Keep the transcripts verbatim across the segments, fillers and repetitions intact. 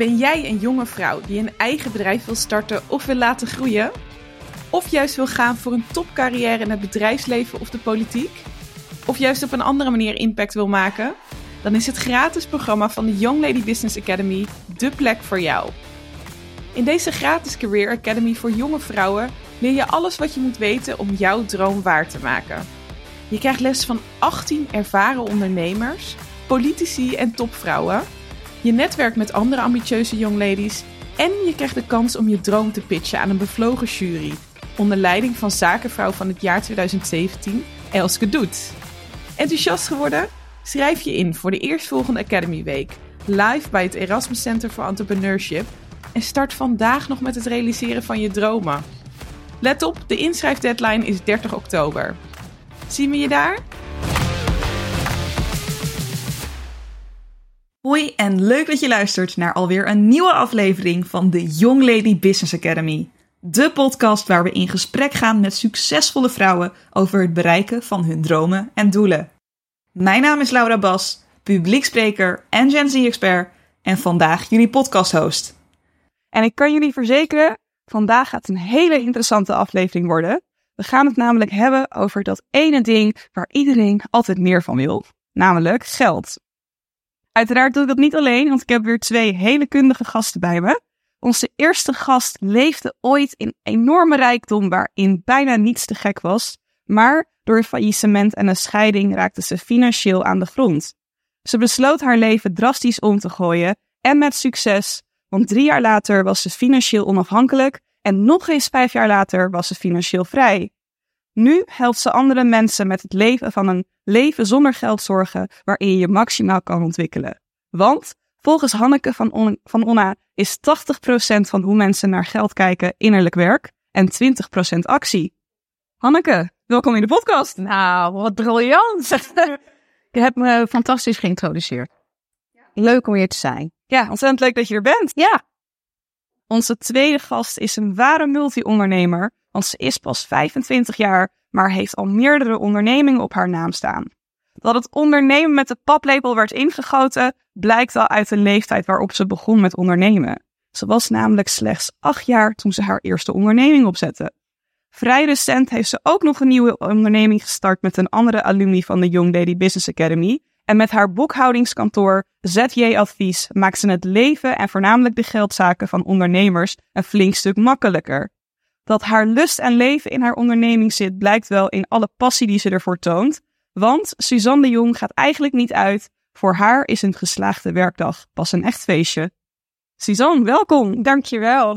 Ben jij een jonge vrouw die een eigen bedrijf wil starten of wil laten groeien? Of juist wil gaan voor een topcarrière in het bedrijfsleven of de politiek? Of juist op een andere manier impact wil maken? Dan is het gratis programma van de Young Lady Business Academy dé plek voor jou. In deze gratis Career Academy voor jonge vrouwen leer je alles wat je moet weten om jouw droom waar te maken. Je krijgt les van achttien ervaren ondernemers, politici en topvrouwen. Je netwerkt met andere ambitieuze young ladies en je krijgt de kans om je droom te pitchen aan een bevlogen jury onder leiding van zakenvrouw van het jaar twintig zeventien, Elske Doet. Enthousiast geworden? Schrijf je in voor de eerstvolgende Academy Week live bij het Erasmus Center for Entrepreneurship en start vandaag nog met het realiseren van je dromen. Let op, de inschrijfdeadline is dertig oktober. Zien we je daar? Hoi en leuk dat je luistert naar alweer een nieuwe aflevering van de Young Lady Business Academy. De podcast waar we in gesprek gaan met succesvolle vrouwen over het bereiken van hun dromen en doelen. Mijn naam is Laura Bas, publiekspreker en Gen Z-expert en vandaag jullie podcasthost. En ik kan jullie verzekeren, vandaag gaat een hele interessante aflevering worden. We gaan het namelijk hebben over dat ene ding waar iedereen altijd meer van wil, namelijk geld. Uiteraard doe ik dat niet alleen, want ik heb weer twee hele kundige gasten bij me. Onze eerste gast leefde ooit in enorme rijkdom waarin bijna niets te gek was, maar door een faillissement en een scheiding raakte ze financieel aan de grond. Ze besloot haar leven drastisch om te gooien en met succes, want drie jaar later was ze financieel onafhankelijk en nog eens vijf jaar later was ze financieel vrij. Nu helpt ze andere mensen met het leven van een leven zonder geldzorgen waarin je je maximaal kan ontwikkelen. Want volgens Hanneke van, On- van Onna is tachtig procent van hoe mensen naar geld kijken innerlijk werk en twintig procent actie. Hanneke, welkom in de podcast. Nou, wat briljant. Je hebt me fantastisch geïntroduceerd. Leuk om hier te zijn. Ja, ontzettend leuk dat je er bent. Ja. Onze tweede gast is een ware multi-ondernemer, want ze is pas vijfentwintig jaar, maar heeft al meerdere ondernemingen op haar naam staan. Dat het ondernemen met de paplepel werd ingegoten, blijkt al uit de leeftijd waarop ze begon met ondernemen. Ze was namelijk slechts acht jaar toen ze haar eerste onderneming opzette. Vrij recent heeft ze ook nog een nieuwe onderneming gestart met een andere alumni van de Young Lady Business Academy. En met haar boekhoudingskantoor Z J Advies maakt ze het leven en voornamelijk de geldzaken van ondernemers een flink stuk makkelijker. Dat haar lust en leven in haar onderneming zit, blijkt wel in alle passie die ze ervoor toont. Want Suzanne de Jong gaat eigenlijk niet uit. Voor haar is een geslaagde werkdag pas een echt feestje. Suzanne, welkom. Dankjewel.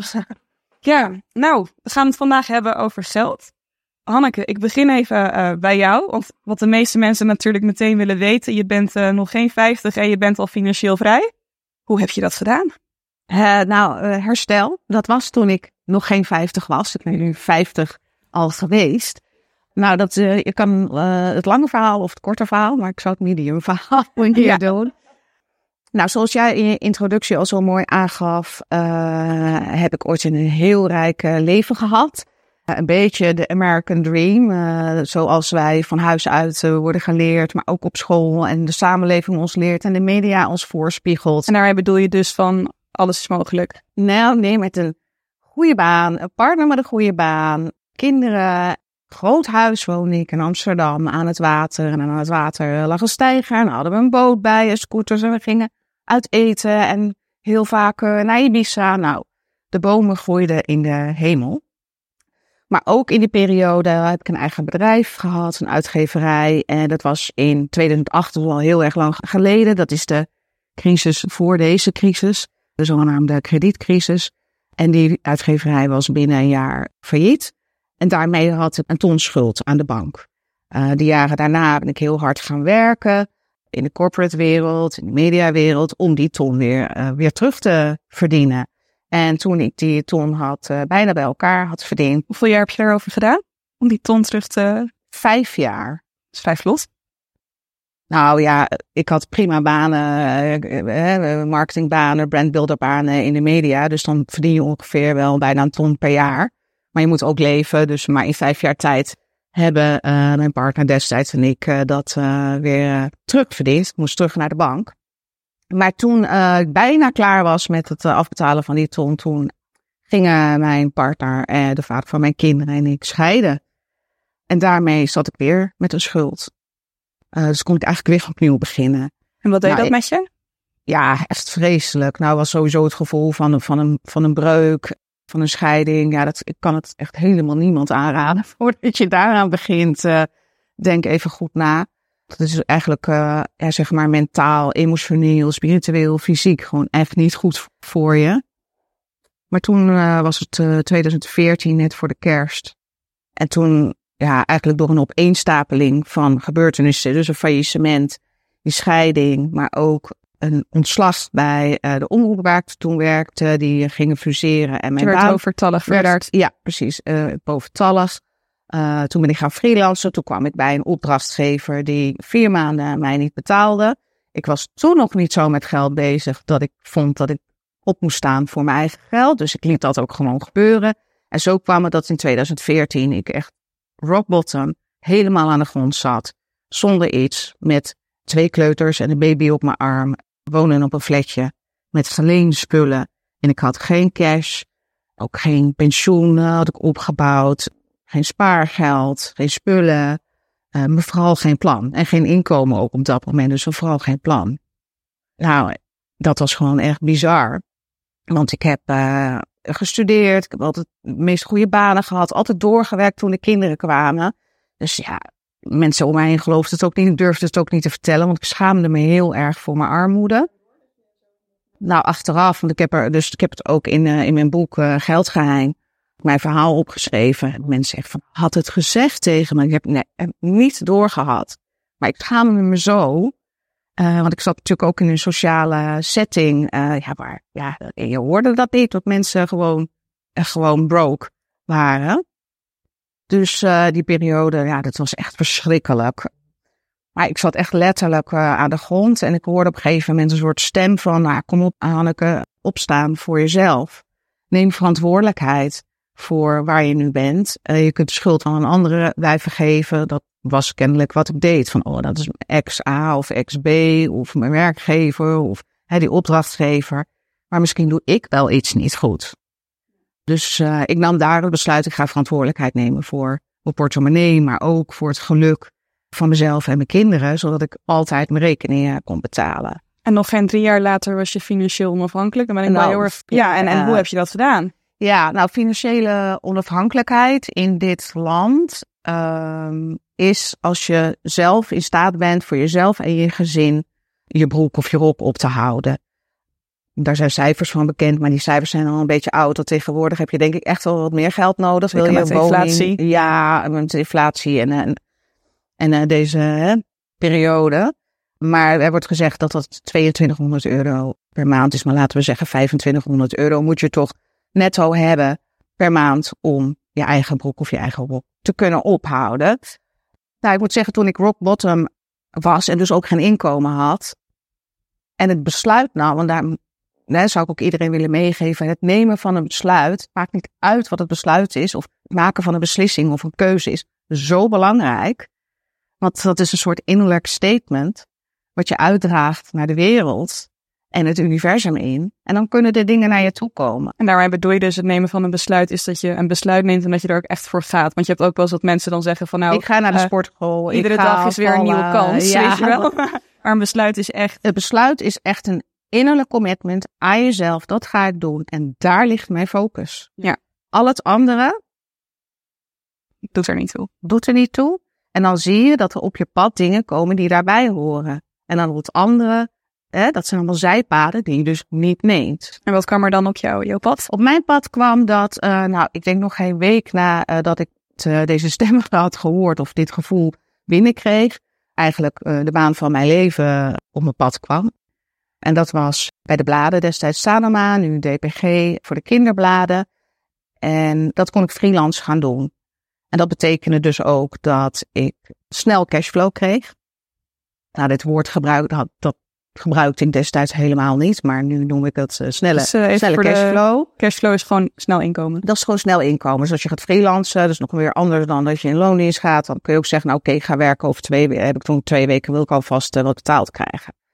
Ja, nou, we gaan het vandaag hebben over geld. Hanneke, ik begin even uh, bij jou. Want wat de meeste mensen natuurlijk meteen willen weten. Je bent uh, nog geen vijftig en je bent al financieel vrij. Hoe heb je dat gedaan? Uh, nou, uh, herstel. Dat was toen ik nog geen vijftig was. Ik ben nu vijftig al geweest. Nou, dat, uh, je kan uh, het lange verhaal of het korte verhaal, maar ik zou het medium verhaal hier ja. doen. Nou, zoals jij in je introductie al zo mooi aangaf, uh, heb ik ooit een heel rijk uh, leven gehad. Uh, een beetje de American Dream, uh, zoals wij van huis uit uh, worden geleerd, maar ook op school en de samenleving ons leert en de media ons voorspiegelt. En daarmee bedoel je dus van alles is mogelijk? Nou, nee, met een goede baan, een partner met een goede baan, kinderen. Groot huis woonde ik in Amsterdam aan het water. En aan het water lag een steiger. En hadden we een boot bij, en scooters. En we gingen uit eten. En heel vaak naar Ibiza. Nou, de bomen groeiden in de hemel. Maar ook in die periode heb ik een eigen bedrijf gehad. Een uitgeverij. En dat was in tweeduizend acht, dat is al heel erg lang geleden. Dat is de crisis voor deze crisis. De zogenaamde kredietcrisis. En die uitgeverij was binnen een jaar failliet. En daarmee had ik een ton schuld aan de bank. Uh, de jaren daarna ben ik heel hard gaan werken in de corporate wereld, in de mediawereld, om die ton weer, uh, weer terug te verdienen. En toen ik die ton had uh, bijna bij elkaar had verdiend. Hoeveel jaar heb je daarover gedaan? Om die ton terug te... Vijf jaar. Dat is vrij vlot. Nou ja, ik had prima banen, uh, marketingbanen, brandbuilderbanen in de media. Dus dan verdien je ongeveer wel bijna een ton per jaar. Maar je moet ook leven, dus maar in vijf jaar tijd hebben uh, mijn partner destijds en ik uh, dat uh, weer uh, terugverdiend. Ik moest terug naar de bank. Maar toen uh, ik bijna klaar was met het uh, afbetalen van die ton, toen gingen mijn partner, uh, de vader van mijn kinderen en ik scheiden. En daarmee zat ik weer met een schuld. Uh, dus kon ik eigenlijk weer opnieuw beginnen. En wat deed nou, dat met je? Ja, echt vreselijk. Nou was sowieso het gevoel van een, van een, van een breuk, van een scheiding. Ja, dat, ik kan het echt helemaal niemand aanraden. Voordat je daaraan begint, uh, denk even goed na. Dat is eigenlijk, uh, ja, zeg maar, mentaal, emotioneel, spiritueel, fysiek gewoon echt niet goed voor je. Maar toen uh, was het uh, twintig veertien, net voor de kerst. En toen, ja, eigenlijk door een opeenstapeling van gebeurtenissen, dus een faillissement, die scheiding, maar ook een ontslag bij uh, de omroep waar ik toen werkte, die gingen fuseren. En mijn je werd baan overtallig werd, verder. Ja, precies, uh, boventallig. Uh, toen ben ik gaan freelancen. Toen kwam ik bij een opdrachtgever die vier maanden mij niet betaalde. Ik was toen nog niet zo met geld bezig dat ik vond dat ik op moest staan voor mijn eigen geld. Dus ik liet dat ook gewoon gebeuren. En zo kwam het dat in twintig veertien ik echt rock bottom helemaal aan de grond zat. Zonder iets, met twee kleuters en een baby op mijn arm. Wonen op een flatje met geleende spullen. En ik had geen cash, ook geen pensioen had ik opgebouwd. Geen spaargeld, geen spullen, uh, maar vooral geen plan. En geen inkomen ook op dat moment, dus vooral geen plan. Nou, dat was gewoon echt bizar. Want ik heb uh, gestudeerd, ik heb altijd de meest goede banen gehad, altijd doorgewerkt toen de kinderen kwamen. Dus ja, mensen om mij heen geloofden het ook niet, ik durfde het ook niet te vertellen, want ik schaamde me heel erg voor mijn armoede. Nou, achteraf, want ik heb er, dus ik heb het ook in, uh, in mijn boek uh, Geldgeheim, mijn verhaal opgeschreven. Mensen zeggen van, had het gezegd tegen me? Ik heb, nee, heb niet doorgehad. Maar ik schaamde me zo. Uh, want ik zat natuurlijk ook in een sociale setting. Uh, ja, waar, ja, je hoorde dat niet. Dat mensen gewoon, uh, gewoon broke waren. Dus uh, die periode, ja, dat was echt verschrikkelijk. Maar ik zat echt letterlijk uh, aan de grond. En ik hoorde op een gegeven moment een soort stem van, nou, kom op, Hanneke, opstaan voor jezelf. Neem verantwoordelijkheid voor waar je nu bent. Uh, je kunt de schuld aan een andere blijven geven. Dat was kennelijk wat ik deed. Van, oh, dat is ex A of ex B of mijn werkgever of hè, die opdrachtgever. Maar misschien doe ik wel iets niet goed. Dus uh, ik nam daar het besluit, ik ga verantwoordelijkheid nemen voor mijn portemonnee, maar ook voor het geluk van mezelf en mijn kinderen, zodat ik altijd mijn rekeningen kon betalen. En nog geen drie jaar later was je financieel onafhankelijk. Dan ben ik nou, wel heel erg... Ja, en, en uh, hoe heb je dat gedaan? Ja, nou, financiële onafhankelijkheid in dit land um, is als je zelf in staat bent voor jezelf en je gezin je broek of je rok op te houden. Daar zijn cijfers van bekend, maar die cijfers zijn al een beetje oud. Want tegenwoordig heb je denk ik echt wel wat meer geld nodig. Zeker wil je met een woning, inflatie. Ja, met inflatie en, en, en uh, deze hè, periode. Maar er wordt gezegd dat dat tweeëntwintighonderd euro per maand is. Maar laten we zeggen vijfentwintighonderd euro moet je toch netto hebben per maand om je eigen broek of je eigen rok te kunnen ophouden. Nou, ik moet zeggen, toen ik rock bottom was en dus ook geen inkomen had. En het besluit nou, want daar nee, zou ik ook iedereen willen meegeven. Het nemen van een besluit, maakt niet uit wat het besluit is. Of het maken van een beslissing of een keuze is zo belangrijk. Want dat is een soort innerlijk statement wat je uitdraagt naar de wereld en het universum in. En dan kunnen de dingen naar je toe komen. En daarmee bedoel je dus het nemen van een besluit is dat je een besluit neemt en dat je er ook echt voor gaat. Want je hebt ook wel eens dat mensen dan zeggen van nou... Ik ga naar de uh, sportschool. Iedere ik ga dag is weer een nieuwe kans, ja, weet je wel. Maar een besluit is echt... Het besluit is echt een innerlijk commitment aan jezelf. Dat ga ik doen. En daar ligt mijn focus. Ja. Al het andere... Doet er niet toe. Doet er niet toe. En dan zie je dat er op je pad dingen komen die daarbij horen. En dan het andere... Hè, dat zijn allemaal zijpaden die je dus niet neemt. En wat kwam er dan op jou, jouw pad? Op mijn pad kwam dat, uh, nou, ik denk nog geen week na uh, dat ik uh, deze stemmen had gehoord of dit gevoel binnenkreeg, eigenlijk uh, de baan van mijn leven op mijn pad kwam. En dat was bij de bladen, destijds Sanoma, nu D P G voor de kinderbladen. En dat kon ik freelance gaan doen. En dat betekende dus ook dat ik snel cashflow kreeg. Nou, dit woord gebruik, dat, dat gebruikte ik destijds helemaal niet, maar nu noem ik het uh, snelle, dus, uh, snelle cashflow. Cashflow is gewoon snel inkomen. Dat is gewoon snel inkomen. Dus als je gaat freelancen, dat is nog weer anders dan dat je in loondienst gaat. Dan kun je ook zeggen, nou oké, okay, ik ga werken over twee weken. Heb ik toen twee weken, wil ik alvast uh, wat betaald krijgen.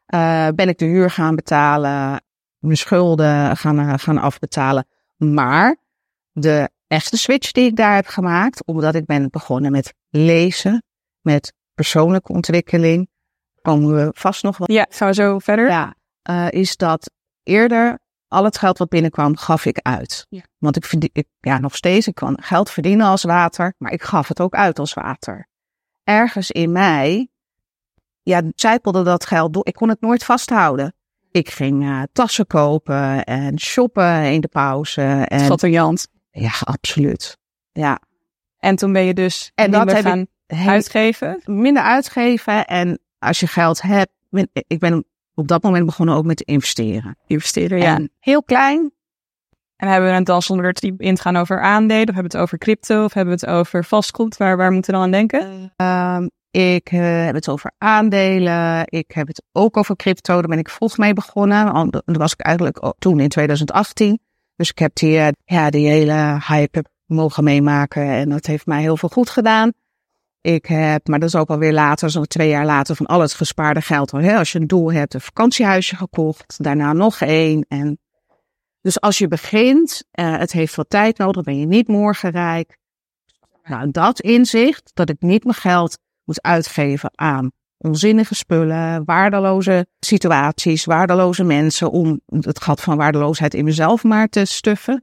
Uh, ben ik de huur gaan betalen, mijn schulden gaan, uh, gaan afbetalen. Maar de echte switch die ik daar heb gemaakt, omdat ik ben begonnen met lezen, met persoonlijke ontwikkeling, komen we vast nog wel. Ja, gaan we zo verder. Ja, uh, is dat eerder al het geld wat binnenkwam, gaf ik uit. Ja. Want ik verdien, ik, ja, nog steeds, ik kan geld verdienen als water, maar ik gaf het ook uit als water. Ergens in mij, ja, zijpelde dat geld door. Ik kon het nooit vasthouden. Ik ging uh, tassen kopen en shoppen in de pauze. En Schatterjant. Ja, absoluut. Ja. En toen ben je dus en dat heb gaan ik uitgeven? Minder uitgeven. En als je geld hebt, ben, ik ben op dat moment begonnen ook met te investeren. Investeren, ja. En heel klein. En hebben we het dan zonder er te diep in te gaan over aandelen? Of hebben we het over crypto? Of hebben we het over vastgoed? Waar, waar moeten we dan aan denken? Uh, ik uh, heb het over aandelen. Ik heb het ook over crypto. Daar ben ik vroeg mee begonnen. Dat was ik eigenlijk toen in twintig achttien. Dus ik heb die, ja, die hele hype mogen meemaken. En dat heeft mij heel veel goed gedaan. Ik heb, maar dat is ook alweer later, zo'n twee jaar later, van al het gespaarde geld. Hè, als je een doel hebt, een vakantiehuisje gekocht. Daarna nog één. En dus als je begint, uh, het heeft wat tijd nodig, ben je niet morgenrijk. Nou, dat inzicht, dat ik niet mijn geld moet uitgeven aan onzinnige spullen, waardeloze situaties, waardeloze mensen, om het gat van waardeloosheid in mezelf maar te stuffen.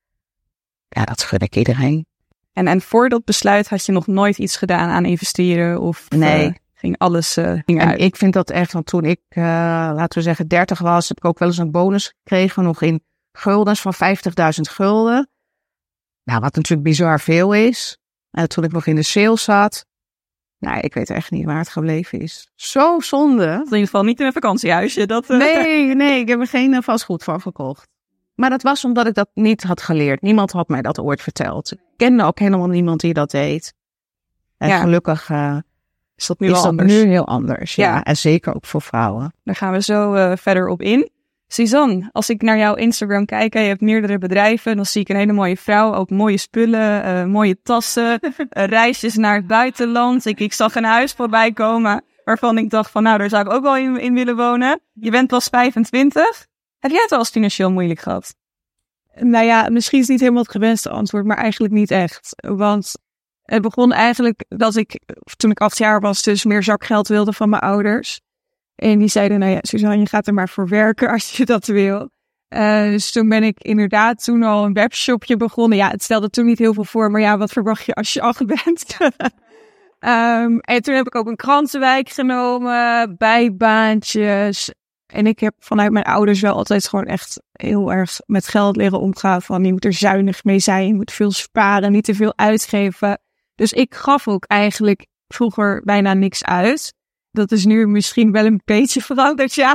Ja, dat gun ik iedereen. En, en voor dat besluit had je nog nooit iets gedaan aan investeren? Of nee. Uh, ging alles uh, ging en uit? Ik vind dat echt, want toen ik, uh, laten we zeggen, dertig was, heb ik ook wel eens een bonus gekregen, nog in guldens van vijftigduizend gulden. Nou, wat natuurlijk bizar veel is. En toen ik nog in de sales zat, nou, ik weet echt niet waar het gebleven is. Zo zonde. In ieder geval niet in een vakantiehuisje. Dat, uh... Nee, nee, ik heb er geen vastgoed van verkocht. Maar dat was omdat ik dat niet had geleerd. Niemand had mij dat ooit verteld. Ik kende ook helemaal niemand die dat deed. En ja. gelukkig uh, is dat nu, is wel dat anders. nu heel anders. Ja. Ja. En zeker ook voor vrouwen. Daar gaan we zo uh, verder op in. Suzanne, als ik naar jouw Instagram kijk, je hebt meerdere bedrijven, dan zie ik een hele mooie vrouw, ook mooie spullen, uh, mooie tassen, uh, reisjes naar het buitenland. Ik, ik zag een huis voorbij komen waarvan ik dacht van, nou, daar zou ik ook wel in, in willen wonen. Je bent pas vijfentwintig. Heb jij het wel eens financieel moeilijk gehad? Nou ja, misschien is het niet helemaal het gewenste antwoord, maar eigenlijk niet echt. Want het begon eigenlijk dat ik, toen ik acht jaar was, dus meer zakgeld wilde van mijn ouders. En die zeiden, nou ja, Suzanne, je gaat er maar voor werken als je dat wil. Uh, dus toen ben ik inderdaad toen al een webshopje begonnen. Ja, het stelde toen niet heel veel voor, maar ja, wat verwacht je als je acht bent? Ja. um, en toen heb ik ook een krantenwijk genomen, bijbaantjes. En ik heb vanuit mijn ouders wel altijd gewoon echt heel erg met geld leren omgaan. Van je moet er zuinig mee zijn, je moet veel sparen, niet te veel uitgeven. Dus ik gaf ook eigenlijk vroeger bijna niks uit. Dat is nu misschien wel een beetje veranderd, ja.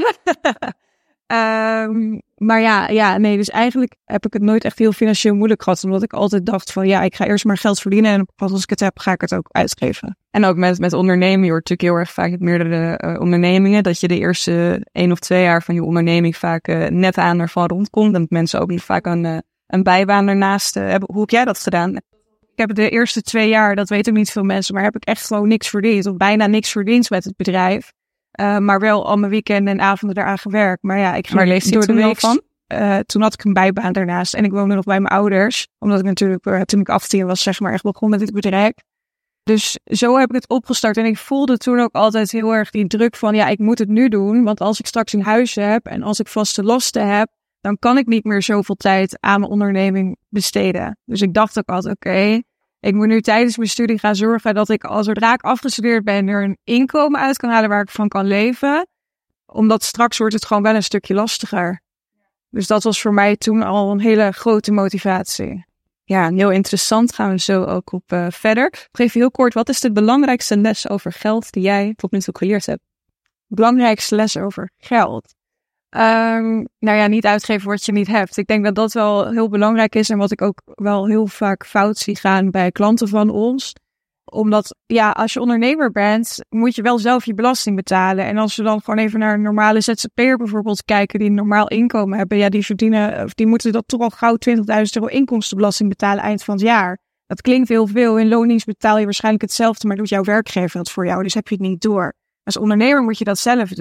um, maar ja, ja, nee, dus eigenlijk heb ik het nooit echt heel financieel moeilijk gehad. Omdat ik altijd dacht van, ja, ik ga eerst maar geld verdienen. En pas als ik het heb, ga ik het ook uitgeven. En ook met, met ondernemen, je hoort natuurlijk heel erg vaak met meerdere uh, ondernemingen. Dat je de eerste één of twee jaar van je onderneming vaak uh, net aan ervan rondkomt. En dat mensen ook niet vaak een, uh, een bijbaan ernaast uh, hebben. Hoe heb jij dat gedaan? Ik heb de eerste twee jaar, dat weten niet veel mensen, maar heb ik echt gewoon niks verdiend. Of bijna niks verdiend met het bedrijf. Uh, maar wel al mijn weekenden en avonden eraan gewerkt. Maar ja, ik ging maar leefde je door de week van? Uh, toen had ik een bijbaan daarnaast. En ik woonde nog bij mijn ouders. Omdat ik natuurlijk, uh, toen ik achttien was, zeg maar, echt begon met dit bedrijf. Dus zo heb ik het opgestart. En ik voelde toen ook altijd heel erg die druk van, ja, ik moet het nu doen. Want als ik straks een huis heb en als ik vaste lasten heb, dan kan ik niet meer zoveel tijd aan mijn onderneming besteden. Dus ik dacht ook altijd, oké, okay, ik moet nu tijdens mijn studie gaan zorgen dat ik, als zodra ik afgestudeerd ben, er een inkomen uit kan halen waar ik van kan leven. Omdat straks wordt het gewoon wel een stukje lastiger. Dus dat was voor mij toen al een hele grote motivatie. Ja, heel interessant. Gaan we zo ook op uh, verder. Nog even heel kort, wat is de belangrijkste les over geld die jij tot nu toe geleerd hebt? Belangrijkste les over geld? Um, nou ja, niet uitgeven wat je niet hebt. Ik denk dat dat wel heel belangrijk is en wat ik ook wel heel vaak fout zie gaan bij klanten van ons. Omdat, ja, als je ondernemer bent, moet je wel zelf je belasting betalen. En als we dan gewoon even naar een normale Z Z P'er bijvoorbeeld kijken, die een normaal inkomen hebben, ja, die verdienen, of die moeten dat toch al gauw twintigduizend euro inkomstenbelasting betalen eind van het jaar. Dat klinkt heel veel. In loondienst betaal je waarschijnlijk hetzelfde, maar doet jouw werkgever dat voor jou, dus heb je het niet door. Als ondernemer moet je dat zelf doen.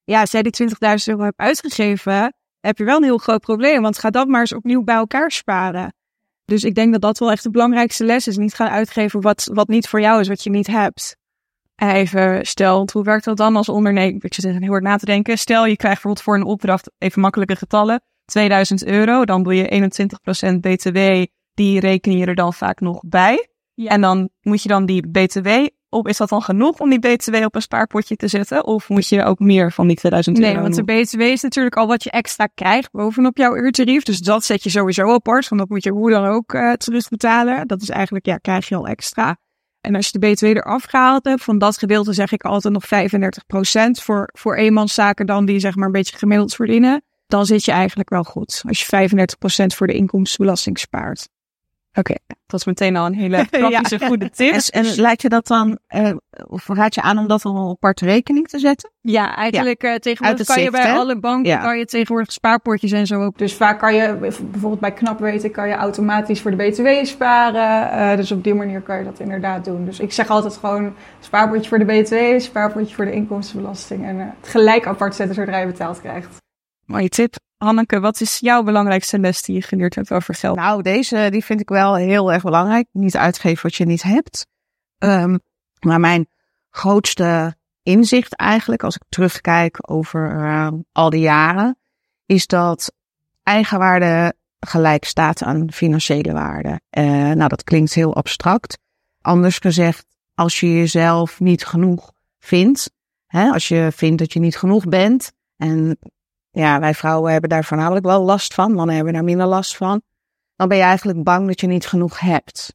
ja, als jij die twintigduizend euro hebt uitgegeven, heb je wel een heel groot probleem. Want ga dat maar eens opnieuw bij elkaar sparen. Dus ik denk dat dat wel echt de belangrijkste les is. Niet gaan uitgeven wat, wat niet voor jou is, wat je niet hebt. Even, stel, hoe werkt dat dan als ondernemer? Ik zit er heel hard na te denken. Stel, je krijgt bijvoorbeeld voor een opdracht, even makkelijke getallen, tweeduizend euro. Dan doe je eenentwintig procent B T W, die reken je er dan vaak nog bij. Ja. En dan moet je dan die B T W op. Is dat dan genoeg om die B T W op een spaarpotje te zetten? Of moet je ook meer van die tweeduizend euro? Nee, want de B T W is natuurlijk al wat je extra krijgt bovenop jouw uurtarief. Dus dat zet je sowieso apart, want dat moet je hoe dan ook uh, terugbetalen. Dat is eigenlijk, ja, krijg je al extra. En als je de B T W eraf gehaald hebt, van dat gedeelte zeg ik altijd nog vijfendertig procent voor, voor eenmanszaken dan die zeg maar een beetje gemiddeld verdienen. Dan zit je eigenlijk wel goed. Als je vijfendertig procent voor de inkomstenbelasting spaart. Oké, okay, dat is meteen al een hele praktische ja. goede tip. En, en lijkt je dat dan, uh, of raad je aan om dat op een aparte rekening te zetten? Ja, eigenlijk ja. Uh, tegenwoordig kan zicht, je bij hè? alle banken ja. kan je tegenwoordig spaarpotjes en zo ook. Dus vaak kan je, bijvoorbeeld bij Knap weten, kan je automatisch voor de B T W sparen. Uh, dus op die manier kan je dat inderdaad doen. Dus ik zeg altijd gewoon spaarpotje voor de B T W, spaarpotje voor de inkomstenbelasting. En uh, het gelijk apart zetten zodra je betaald krijgt. Mooie tip. Hanneke, wat is jouw belangrijkste les die je geleerd hebt over geld? Nou, deze die vind ik wel heel erg belangrijk. Niet uitgeven wat je niet hebt. Um, maar mijn grootste inzicht eigenlijk, als ik terugkijk over uh, al die jaren, is dat eigenwaarde gelijk staat aan financiële waarde. Uh, nou, dat klinkt heel abstract. Anders gezegd, als je jezelf niet genoeg vindt, hè, als je vindt dat je niet genoeg bent, en ja, wij vrouwen hebben daar voornamelijk wel last van. Mannen hebben daar minder last van. Dan ben je eigenlijk bang dat je niet genoeg hebt.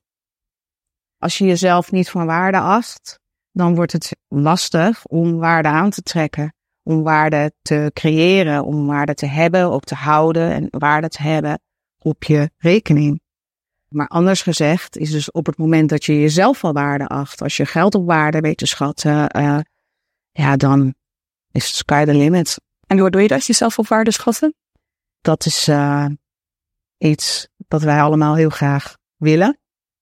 Als je jezelf niet van waarde acht, dan wordt het lastig om waarde aan te trekken. Om waarde te creëren, om waarde te hebben, op te houden en waarde te hebben op je rekening. Maar anders gezegd is dus op het moment dat je jezelf van waarde acht, als je geld op waarde weet te schatten, uh, ja, dan is het sky the limit. En hoe doe je dat, jezelf op waarde schatten? Dat is uh, iets dat wij allemaal heel graag willen,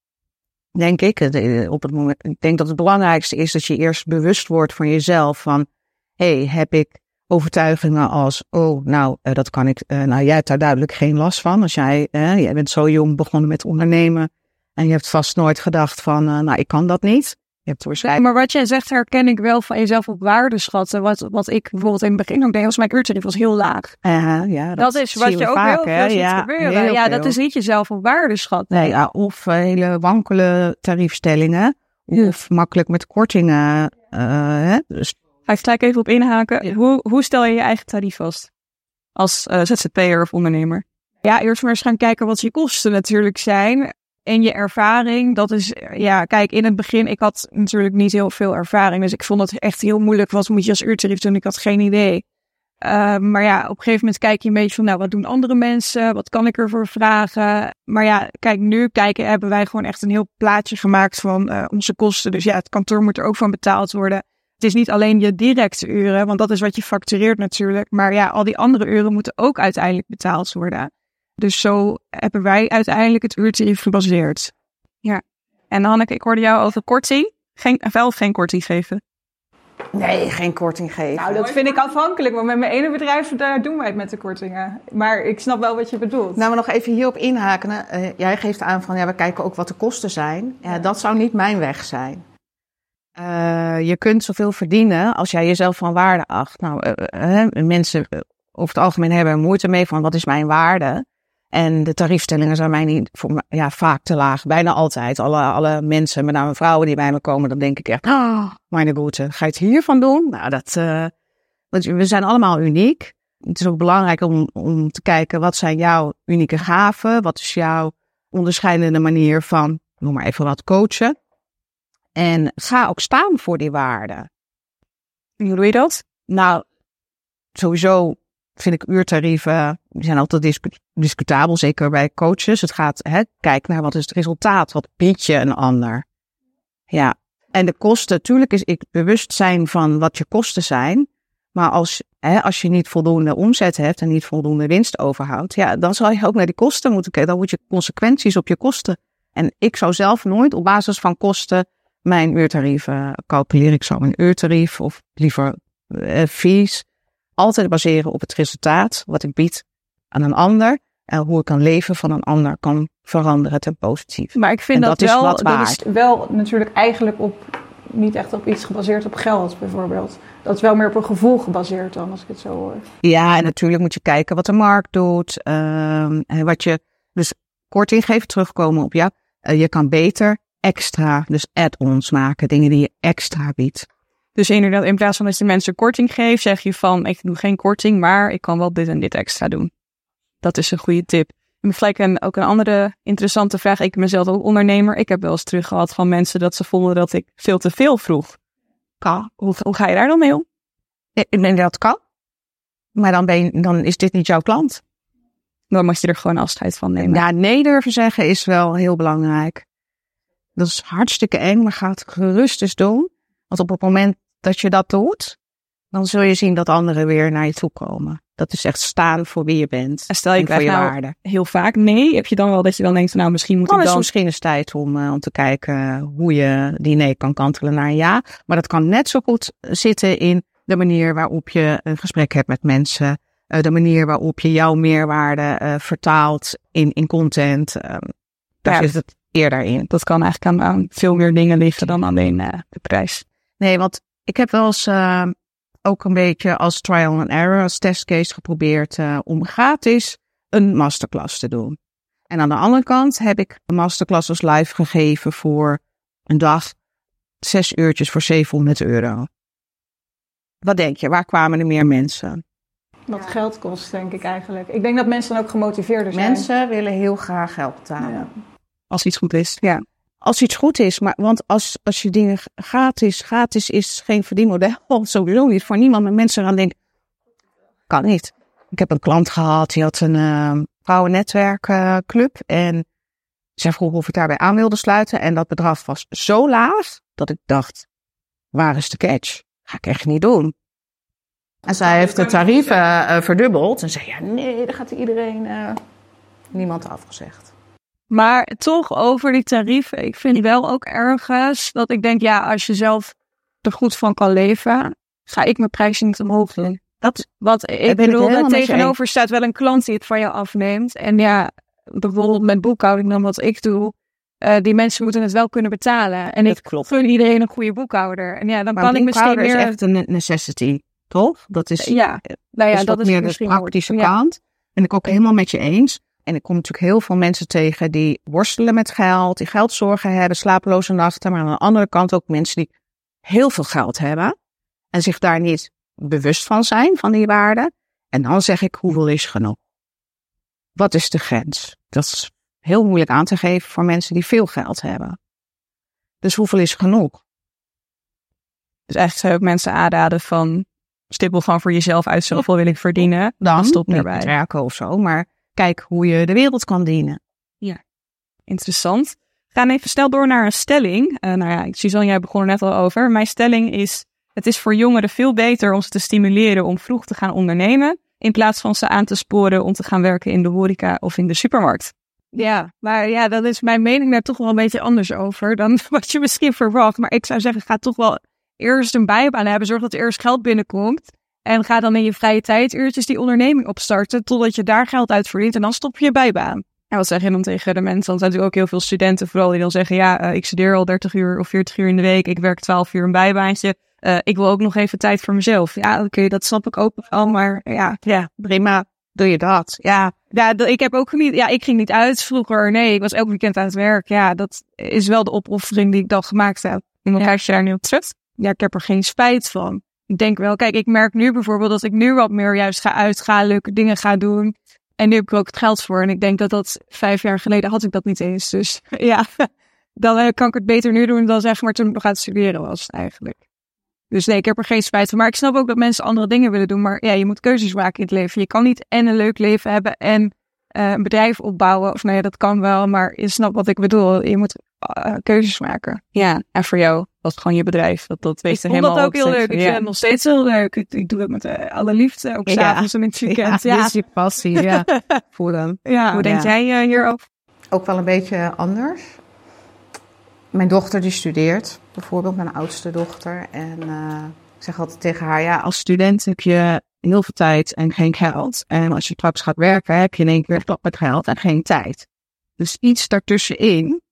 denk ik. Op het moment, ik denk dat het belangrijkste is dat je eerst bewust wordt van jezelf. Van, hé, hey, heb ik overtuigingen als, oh, nou, uh, dat kan ik. Uh, nou, jij hebt daar duidelijk geen last van. Als jij, uh, jij bent zo jong begonnen met ondernemen en je hebt vast nooit gedacht van, uh, nou, ik kan dat niet. Je hebt waarschijnlijk... Maar wat jij zegt herken ik wel van jezelf op waarde schatten. Wat, wat ik bijvoorbeeld in het begin ook deed, als mijn uurtarief was heel laag. Uh, ja, dat, dat is wat je ook vaak, heel veel ziet ja, gebeuren. Ja, dat is niet jezelf op waarde schatten. Nee, ja, of uh, hele wankele tariefstellingen. Ja. Of makkelijk met kortingen. Uh, hè? Dus... Ga ik gelijk even op inhaken. Ja. Hoe, hoe stel je je eigen tarief vast? Als uh, Z Z P'er of ondernemer? Ja, eerst maar eens gaan kijken wat je kosten natuurlijk zijn. En je ervaring, dat is, ja, kijk, in het begin, ik had natuurlijk niet heel veel ervaring. Dus ik vond het echt heel moeilijk. Wat moet je als uurtarief doen? Ik had geen idee. Uh, maar ja, op een gegeven moment kijk je een beetje van, nou, wat doen andere mensen? Wat kan ik ervoor vragen? Maar ja, kijk, nu kijken hebben wij gewoon echt een heel plaatje gemaakt van uh, onze kosten. Dus ja, het kantoor moet er ook van betaald worden. Het is niet alleen je directe uren, want dat is wat je factureert natuurlijk. Maar ja, al die andere uren moeten ook uiteindelijk betaald worden. Dus zo hebben wij uiteindelijk het uurtarief gebaseerd. Ja. En Hanneke, ik hoorde jou over korting. Geen, wel of geen korting geven? Nee, geen korting geven. Nou, dat vind ik afhankelijk. Want met mijn ene bedrijf, daar doen wij het met de kortingen. Maar ik snap wel wat je bedoelt. Nou, maar nog even hierop inhaken. Uh, jij geeft aan van, ja, we kijken ook wat de kosten zijn. Ja, dat zou niet mijn weg zijn. Uh, je kunt zoveel verdienen als jij jezelf van waarde acht. Nou, uh, uh, mensen over het algemeen hebben er moeite mee van, wat is mijn waarde? En de tariefstellingen zijn mij niet voor, ja, vaak te laag. Bijna altijd. Alle, alle mensen, met name vrouwen die bij me komen, dan denk ik echt, oh, mijn goede, ga je het hiervan doen? Nou, dat, uh, we zijn allemaal uniek. Het is ook belangrijk om, om te kijken, wat zijn jouw unieke gaven? Wat is jouw onderscheidende manier van, noem maar even wat, coachen? En ga ook staan voor die waarden. Hoe doe je dat? Nou, sowieso vind ik uurtarieven, die zijn altijd discu- discutabel, zeker bij coaches. Het gaat, hè, kijk naar wat is het resultaat, wat bied je een ander. Ja, en de kosten, natuurlijk is ik bewust zijn van wat je kosten zijn. Maar als, hè, als je niet voldoende omzet hebt en niet voldoende winst overhoudt, ja, dan zal je ook naar die kosten moeten kijken. Dan moet je consequenties op je kosten. En ik zou zelf nooit op basis van kosten mijn uurtarieven calculeren. Ik zou mijn uurtarief of liever uh, fees altijd baseren op het resultaat wat ik bied aan een ander. En hoe ik kan leven van een ander kan veranderen ten positieve. Maar ik vind en dat, dat, wel, is wat dat waard. is wel natuurlijk eigenlijk op, niet echt op iets gebaseerd op geld bijvoorbeeld. Dat is wel meer op een gevoel gebaseerd dan, als ik het zo hoor. Ja, en natuurlijk moet je kijken wat de markt doet. Um, en wat je, dus korting geven, terugkomen op jou. Uh, je kan beter extra, dus add-ons maken, dingen die je extra biedt. Dus inderdaad, in plaats van dat je mensen korting geeft, zeg je van, ik doe geen korting, maar ik kan wel dit en dit extra doen. Dat is een goede tip. En gelijk een, ook een andere interessante vraag. Ik ben zelf ook ondernemer. Ik heb wel eens terug gehad van mensen dat ze vonden dat ik veel te veel vroeg. Kan. Hoe, hoe ga je daar dan mee om? Nee, dat kan. Maar dan, ben je, dan is dit niet jouw klant. Dan moet je er gewoon afscheid van nemen. Ja, nee durven zeggen is wel heel belangrijk. Dat is hartstikke eng, maar ga het gerust eens doen. Want op het moment dat je dat doet, dan zul je zien dat anderen weer naar je toe komen. Dat is echt staan voor wie je bent. En stel je voor je nou waarde. Heel vaak nee. Heb je dan wel dat je dan denkt, nou misschien moet dan ik dan... Dan is het misschien eens tijd om, uh, om te kijken hoe je die nee kan kantelen naar een ja. Maar dat kan net zo goed zitten in de manier waarop je een gesprek hebt met mensen. Uh, de manier waarop je jouw meerwaarde uh, vertaalt in, in content. Uh, daar ja, zit het eerder in. Dat kan eigenlijk aan, aan veel meer dingen liggen dan alleen uh, de prijs. Nee, want ik heb wel eens uh, ook een beetje als trial and error, als testcase geprobeerd uh, om gratis een masterclass te doen. En aan de andere kant heb ik een masterclass als live gegeven voor een dag, zes uurtjes voor zevenhonderd euro. Wat denk je, waar kwamen er meer mensen? Wat geld kost, denk ik eigenlijk. Ik denk dat mensen dan ook gemotiveerder zijn. Mensen willen heel graag geld betalen. Ja. Als iets goed is, ja. Als iets goed is, maar want als, als je dingen gratis, gratis is geen verdienmodel, sowieso niet voor niemand. Maar mensen gaan denken, kan niet. Ik heb een klant gehad, die had een uh, vrouwennetwerkclub uh, en zij vroeg of ik daarbij aan wilde sluiten. En dat bedrag was zo laag, dat ik dacht, waar is de catch? Ga ik echt niet doen. En zij heeft de tarieven uh, verdubbeld en zei, ja nee, dan gaat iedereen, uh, niemand afgezegd. Maar toch over die tarieven, ik vind wel ook ergens dat ik denk, ja, als je zelf er goed van kan leven, ga ik mijn prijs niet omhoog doen. Dat, wat ik bedoel, daar tegenover staat wel een klant die het van je afneemt. En ja, bijvoorbeeld met boekhouding dan wat ik doe, uh, die mensen moeten het wel kunnen betalen. En dat ik klopt. gun iedereen een goede boekhouder. En ja, dan maar kan ik misschien meer... is echt een necessity, toch? Dat is, ja, nou ja, is dat is meer de praktische kant. Ja. En ik ook helemaal met je eens. En ik kom natuurlijk heel veel mensen tegen die worstelen met geld, die geldzorgen hebben, slapeloze nachten. Maar aan de andere kant ook mensen die heel veel geld hebben en zich daar niet bewust van zijn, van die waarde. En dan zeg ik, hoeveel is genoeg? Wat is de grens? Dat is heel moeilijk aan te geven voor mensen die veel geld hebben. Dus hoeveel is genoeg? Dus eigenlijk zou je ook mensen aanraden van, stippel gewoon voor jezelf uit, zoveel wil ik verdienen. Dan stop niet erbij. Met werken of zo, maar kijk hoe je de wereld kan dienen. Ja, interessant. We gaan even snel door naar een stelling. Uh, nou ja, Suzanne, jij begon er net al over. Mijn stelling is, het is voor jongeren veel beter om ze te stimuleren om vroeg te gaan ondernemen, in plaats van ze aan te sporen om te gaan werken in de horeca of in de supermarkt. Ja, maar ja, dan is mijn mening daar toch wel een beetje anders over dan wat je misschien verwacht. Maar ik zou zeggen, ga toch wel eerst een bijbaan hebben. Zorg dat er eerst geld binnenkomt. En ga dan in je vrije tijduurtjes die onderneming opstarten, totdat je daar geld uit verdient. En dan stop je je bijbaan. En wat zeg je dan tegen de mensen? Want er zijn natuurlijk ook heel veel studenten vooral die dan zeggen, ja, uh, ik studeer al dertig uur of veertig uur in de week. Ik werk twaalf uur een bijbaantje. Uh, ik wil ook nog even tijd voor mezelf. Ja, oké, okay, dat snap ik ook wel. Maar ja, ja, prima. Doe je dat? Ja, ja, ik heb ook niet, ja, ik ging niet uit vroeger. Nee, ik was elk weekend aan het werk. Ja, dat is wel de opoffering die ik dan gemaakt heb. En dan kijk je daar nu op terug. Ja, ik heb er geen spijt van. Ik denk wel, kijk, ik merk nu bijvoorbeeld dat ik nu wat meer juist ga uitgaan, leuke dingen ga doen. En nu heb ik er ook het geld voor. En ik denk dat dat vijf jaar geleden had ik dat niet eens. Dus ja, dan uh, kan ik het beter nu doen dan zeg maar toen ik nog aan het studeren was eigenlijk. Dus nee, ik heb er geen spijt van. Maar ik snap ook dat mensen andere dingen willen doen. Maar ja, je moet keuzes maken in het leven. Je kan niet en een leuk leven hebben en uh, een bedrijf opbouwen. Of nee, nou ja, dat kan wel. Maar je snapt wat ik bedoel. Je moet uh, keuzes maken. Ja, en voor jou was het gewoon je bedrijf. Dat, dat weet ik helemaal. Ik vond dat ook heel leuk. Ik ja. vind het nog steeds heel leuk. Ik, ik doe het met uh, alle liefde. Ook s'avonds ja. en in het weekend. Ja, ja. Dus je passie. Ja. Voelen. Ja, hoe denk ja. jij uh, hierover? Ook wel een beetje anders. Mijn dochter die studeert, bijvoorbeeld mijn oudste dochter. En uh, ik zeg altijd tegen haar, ja, als student heb je heel veel tijd en geen geld. En als je straks gaat werken, heb je in één keer stop met geld en geen tijd. Dus iets daartussenin,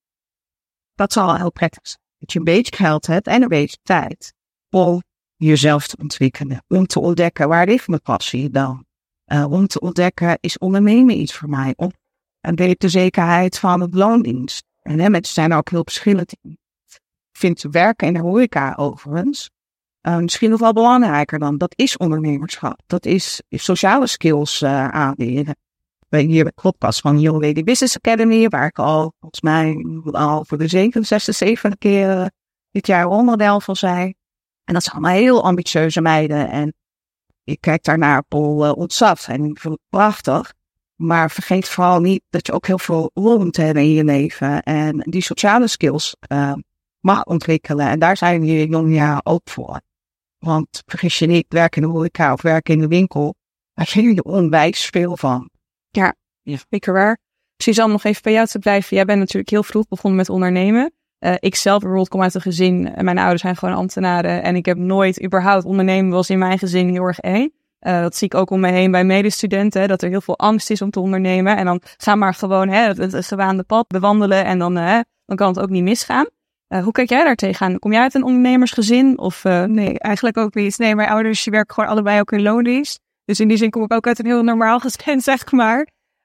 dat zal heel prettig zijn. Dat je een beetje geld hebt en een beetje tijd om jezelf te ontwikkelen. Om te ontdekken, waar ligt mijn passie dan? Uh, om te ontdekken, is ondernemen iets voor mij? Om een beetje zekerheid van het loondienst. En hè, mensen zijn er ook heel verschillend in. Ik vind werken in de horeca overigens uh, misschien nog wel belangrijker dan. Dat is ondernemerschap. Dat is sociale skills uh, aanleren. Bij hier bij de podcast van Young Lady Business Academy, waar ik al volgens mij al voor de zevende, zesde, zevende keer uh, dit jaar onderdeel van zijn. En dat zijn allemaal heel ambitieuze meiden. En ik kijk daarnaar vol uh, ontzag en ik vind het prachtig. Maar vergeet vooral niet dat je ook heel veel rol moet hebben in je leven. En die sociale skills uh, mag ontwikkelen. En daar zijn we hier in jonge jaren ook voor. Want vergis je niet, werken in de horeca of werken in de winkel, daar vind je onwijs veel van. Ja, zeker waar. Suzanne, nog even bij jou te blijven. Jij bent natuurlijk heel vroeg begonnen met ondernemen. Uh, ik zelf bijvoorbeeld kom uit een gezin. En mijn ouders zijn gewoon ambtenaren. En ik heb nooit überhaupt ondernemen was in mijn gezin heel erg eng. Uh, dat zie ik ook om me heen bij medestudenten. Hè, dat er heel veel angst is om te ondernemen. En dan ga maar gewoon hè, het, het gewaande pad bewandelen. En dan, uh, dan kan het ook niet misgaan. Uh, hoe kijk jij daar tegenaan? Kom jij uit een ondernemersgezin? Of, uh... Nee, eigenlijk ook niet. Nee, mijn ouders die werken gewoon allebei ook in loondienst. Dus in die zin kom ik ook uit een heel normaal gezin, zeg maar.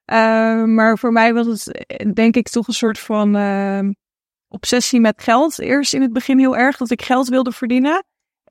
Uh, maar voor mij was het denk ik toch een soort van uh, obsessie met geld. Eerst in het begin heel erg dat ik geld wilde verdienen.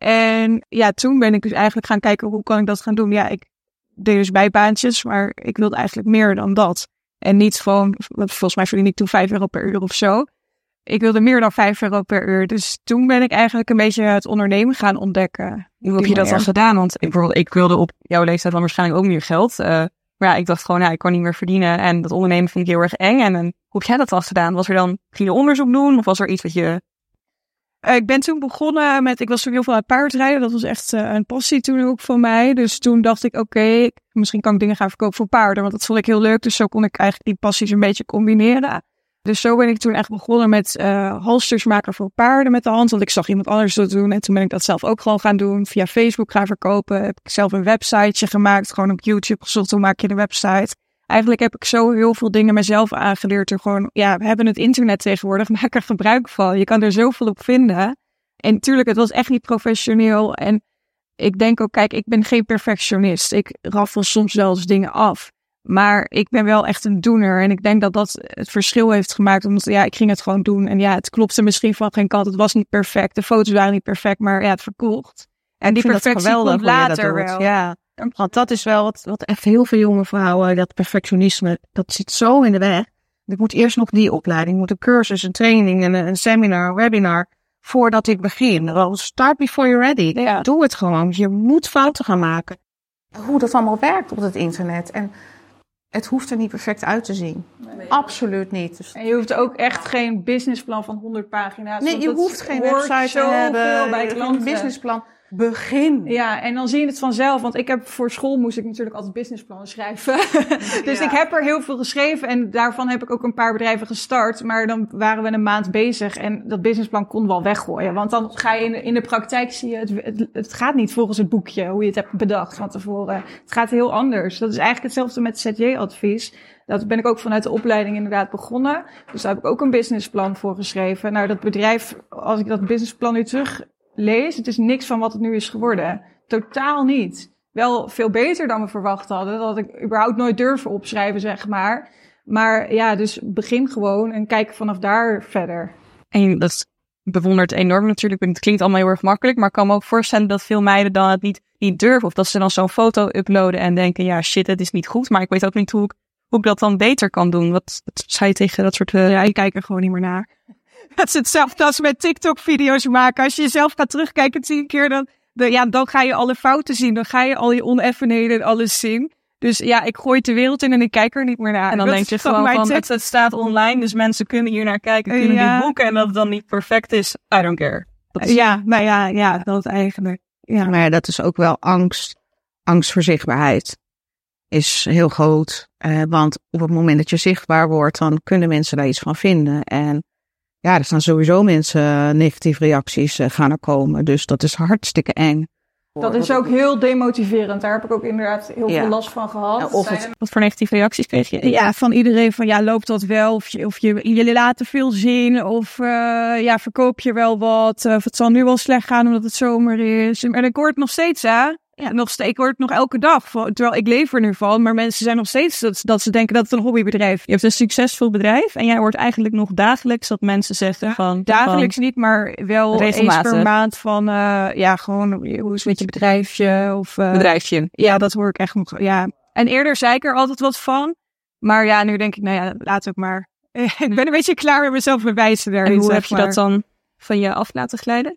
En ja, toen ben ik dus eigenlijk gaan kijken hoe kan ik dat gaan doen. Ja, ik deed dus bijbaantjes, maar ik wilde eigenlijk meer dan dat. En niet gewoon, volgens mij verdiende ik toen vijf euro per uur of zo. Ik wilde meer dan vijf euro per uur. Dus toen ben ik eigenlijk een beetje het ondernemen gaan ontdekken. Hoe heb je dat dan gedaan? Want ik, bijvoorbeeld, ik wilde op jouw leeftijd dan waarschijnlijk ook meer geld. Uh, maar ja, ik dacht gewoon, ja, ik kan niet meer verdienen. En dat ondernemen vond ik heel erg eng. En, en hoe heb jij dat dan gedaan? Was er dan, ging je onderzoek doen? Of was er iets wat je... Uh, ik ben toen begonnen met, ik was toen heel veel aan het paardrijden. Dat was echt uh, een passie toen ook van mij. Dus toen dacht ik, oké, okay, misschien kan ik dingen gaan verkopen voor paarden. Want dat vond ik heel leuk. Dus zo kon ik eigenlijk die passies een beetje combineren. Dus zo ben ik toen echt begonnen met uh, halsters maken voor paarden met de hand. Want ik zag iemand anders dat doen. En toen ben ik dat zelf ook gewoon gaan doen. Via Facebook gaan verkopen. Heb ik zelf een websiteje gemaakt. Gewoon op YouTube gezocht, hoe maak je een website. Eigenlijk heb ik zo heel veel dingen mezelf aangeleerd. Er gewoon, ja, we hebben het internet tegenwoordig. Maak er gebruik van. Je kan er zoveel op vinden. En natuurlijk, het was echt niet professioneel. En ik denk ook, kijk, ik ben geen perfectionist. Ik raffel soms wel eens dingen af. Maar ik ben wel echt een doener. En ik denk dat dat het verschil heeft gemaakt. Omdat ja, ik ging het gewoon doen. En ja, het klopte misschien van geen kant. Het was niet perfect. De foto's waren niet perfect. Maar ja, het verkocht. En die perfectie komt later wel. Ja, want dat is wel wat, wat echt heel veel jonge vrouwen. Dat perfectionisme, dat zit zo in de weg. Ik moet eerst nog die opleiding. Ik moet een cursus, een training, een, een seminar, een webinar. Voordat ik begin. Well, start before you're ready. Ja. Doe het gewoon. Je moet fouten gaan maken. Hoe dat allemaal werkt op het internet. En het hoeft er niet perfect uit te zien. Nee. Absoluut niet. Dus en je hoeft ook echt geen businessplan van honderd pagina's. Nee, je hoeft geen website te hebben. Bij klanten. Een businessplan. Begin. Ja, en dan zie je het vanzelf. Want ik heb voor school moest ik natuurlijk altijd businessplannen schrijven. Dus ja. Ik heb er heel veel geschreven. En daarvan heb ik ook een paar bedrijven gestart. Maar dan waren we een maand bezig. En dat businessplan kon wel weggooien. Want dan ga je in de, in de praktijk zie je het, het. Het gaat niet volgens het boekje. Hoe je het hebt bedacht van tevoren. Het gaat heel anders. Dat is eigenlijk hetzelfde met Z J-advies. Dat ben ik ook vanuit de opleiding inderdaad begonnen. Dus daar heb ik ook een businessplan voor geschreven. Nou, dat bedrijf, als ik dat businessplan nu terug lees, het is niks van wat het nu is geworden. Totaal niet. Wel veel beter dan we verwacht hadden. Dat had ik überhaupt nooit durven opschrijven, zeg maar. Maar ja, dus begin gewoon en kijk vanaf daar verder. En dat bewondert enorm natuurlijk. Het klinkt allemaal heel erg makkelijk. Maar ik kan me ook voorstellen dat veel meiden dan het niet, niet durven. Of dat ze dan zo'n foto uploaden en denken, ja shit, het is niet goed. Maar ik weet ook niet hoe ik, hoe ik dat dan beter kan doen. Wat, wat zei je tegen dat soort... Uh... Ja, ik kijk er gewoon niet meer naar. Dat is hetzelfde als met TikTok-video's maken. Als je jezelf gaat terugkijken tien keer, dan, dan, ja, dan ga je alle fouten zien. Dan ga je al je oneffenheden en alles zien. Dus ja, ik gooi het de wereld in en ik kijk er niet meer naar. En dan dat denk je gewoon van, het, het staat online, dus mensen kunnen hier naar kijken, kunnen ja. dit boeken. En dat het dan niet perfect is, I don't care. Dat is... Ja, nou ja, ja, dat eigenlijk. Ja. Maar ja, dat is ook wel angst. Angst voor zichtbaarheid is heel groot. Uh, want op het moment dat je zichtbaar wordt, dan kunnen mensen daar iets van vinden. En ja, er staan sowieso mensen, negatieve reacties uh, gaan er komen. Dus dat is hartstikke eng. Dat is ook heel demotiverend. Daar heb ik ook inderdaad heel Ja. veel last van gehad. Ja, of het- Wat voor negatieve reacties kreeg je? Ja, van iedereen van ja, loopt dat wel? Of je, of je, je laat te veel zien? Of uh, ja, verkoop je wel wat? Of het zal nu wel slecht gaan omdat het zomer is. En ik hoor het nog steeds, hè? Ja, nog steeds, ik hoor het nog elke dag. Terwijl ik leef er nu van. Maar mensen zijn nog steeds dat, dat ze denken dat het een hobbybedrijf is. Je hebt een succesvol bedrijf en jij hoort eigenlijk nog dagelijks dat mensen zeggen van... Dagelijks niet, maar wel Regelmatig. eens per maand van uh, ja, gewoon hoe is het met je bedrijfje? Of, uh, bedrijfje. Ja, dat hoor ik echt nog. Ja. En eerder zei ik er altijd wat van. Maar ja, nu denk ik, nou ja, laat het maar. Ik ben een beetje klaar met mezelf bewijzen daarin. En hoe zeg heb je maar. dat dan van je af laten glijden?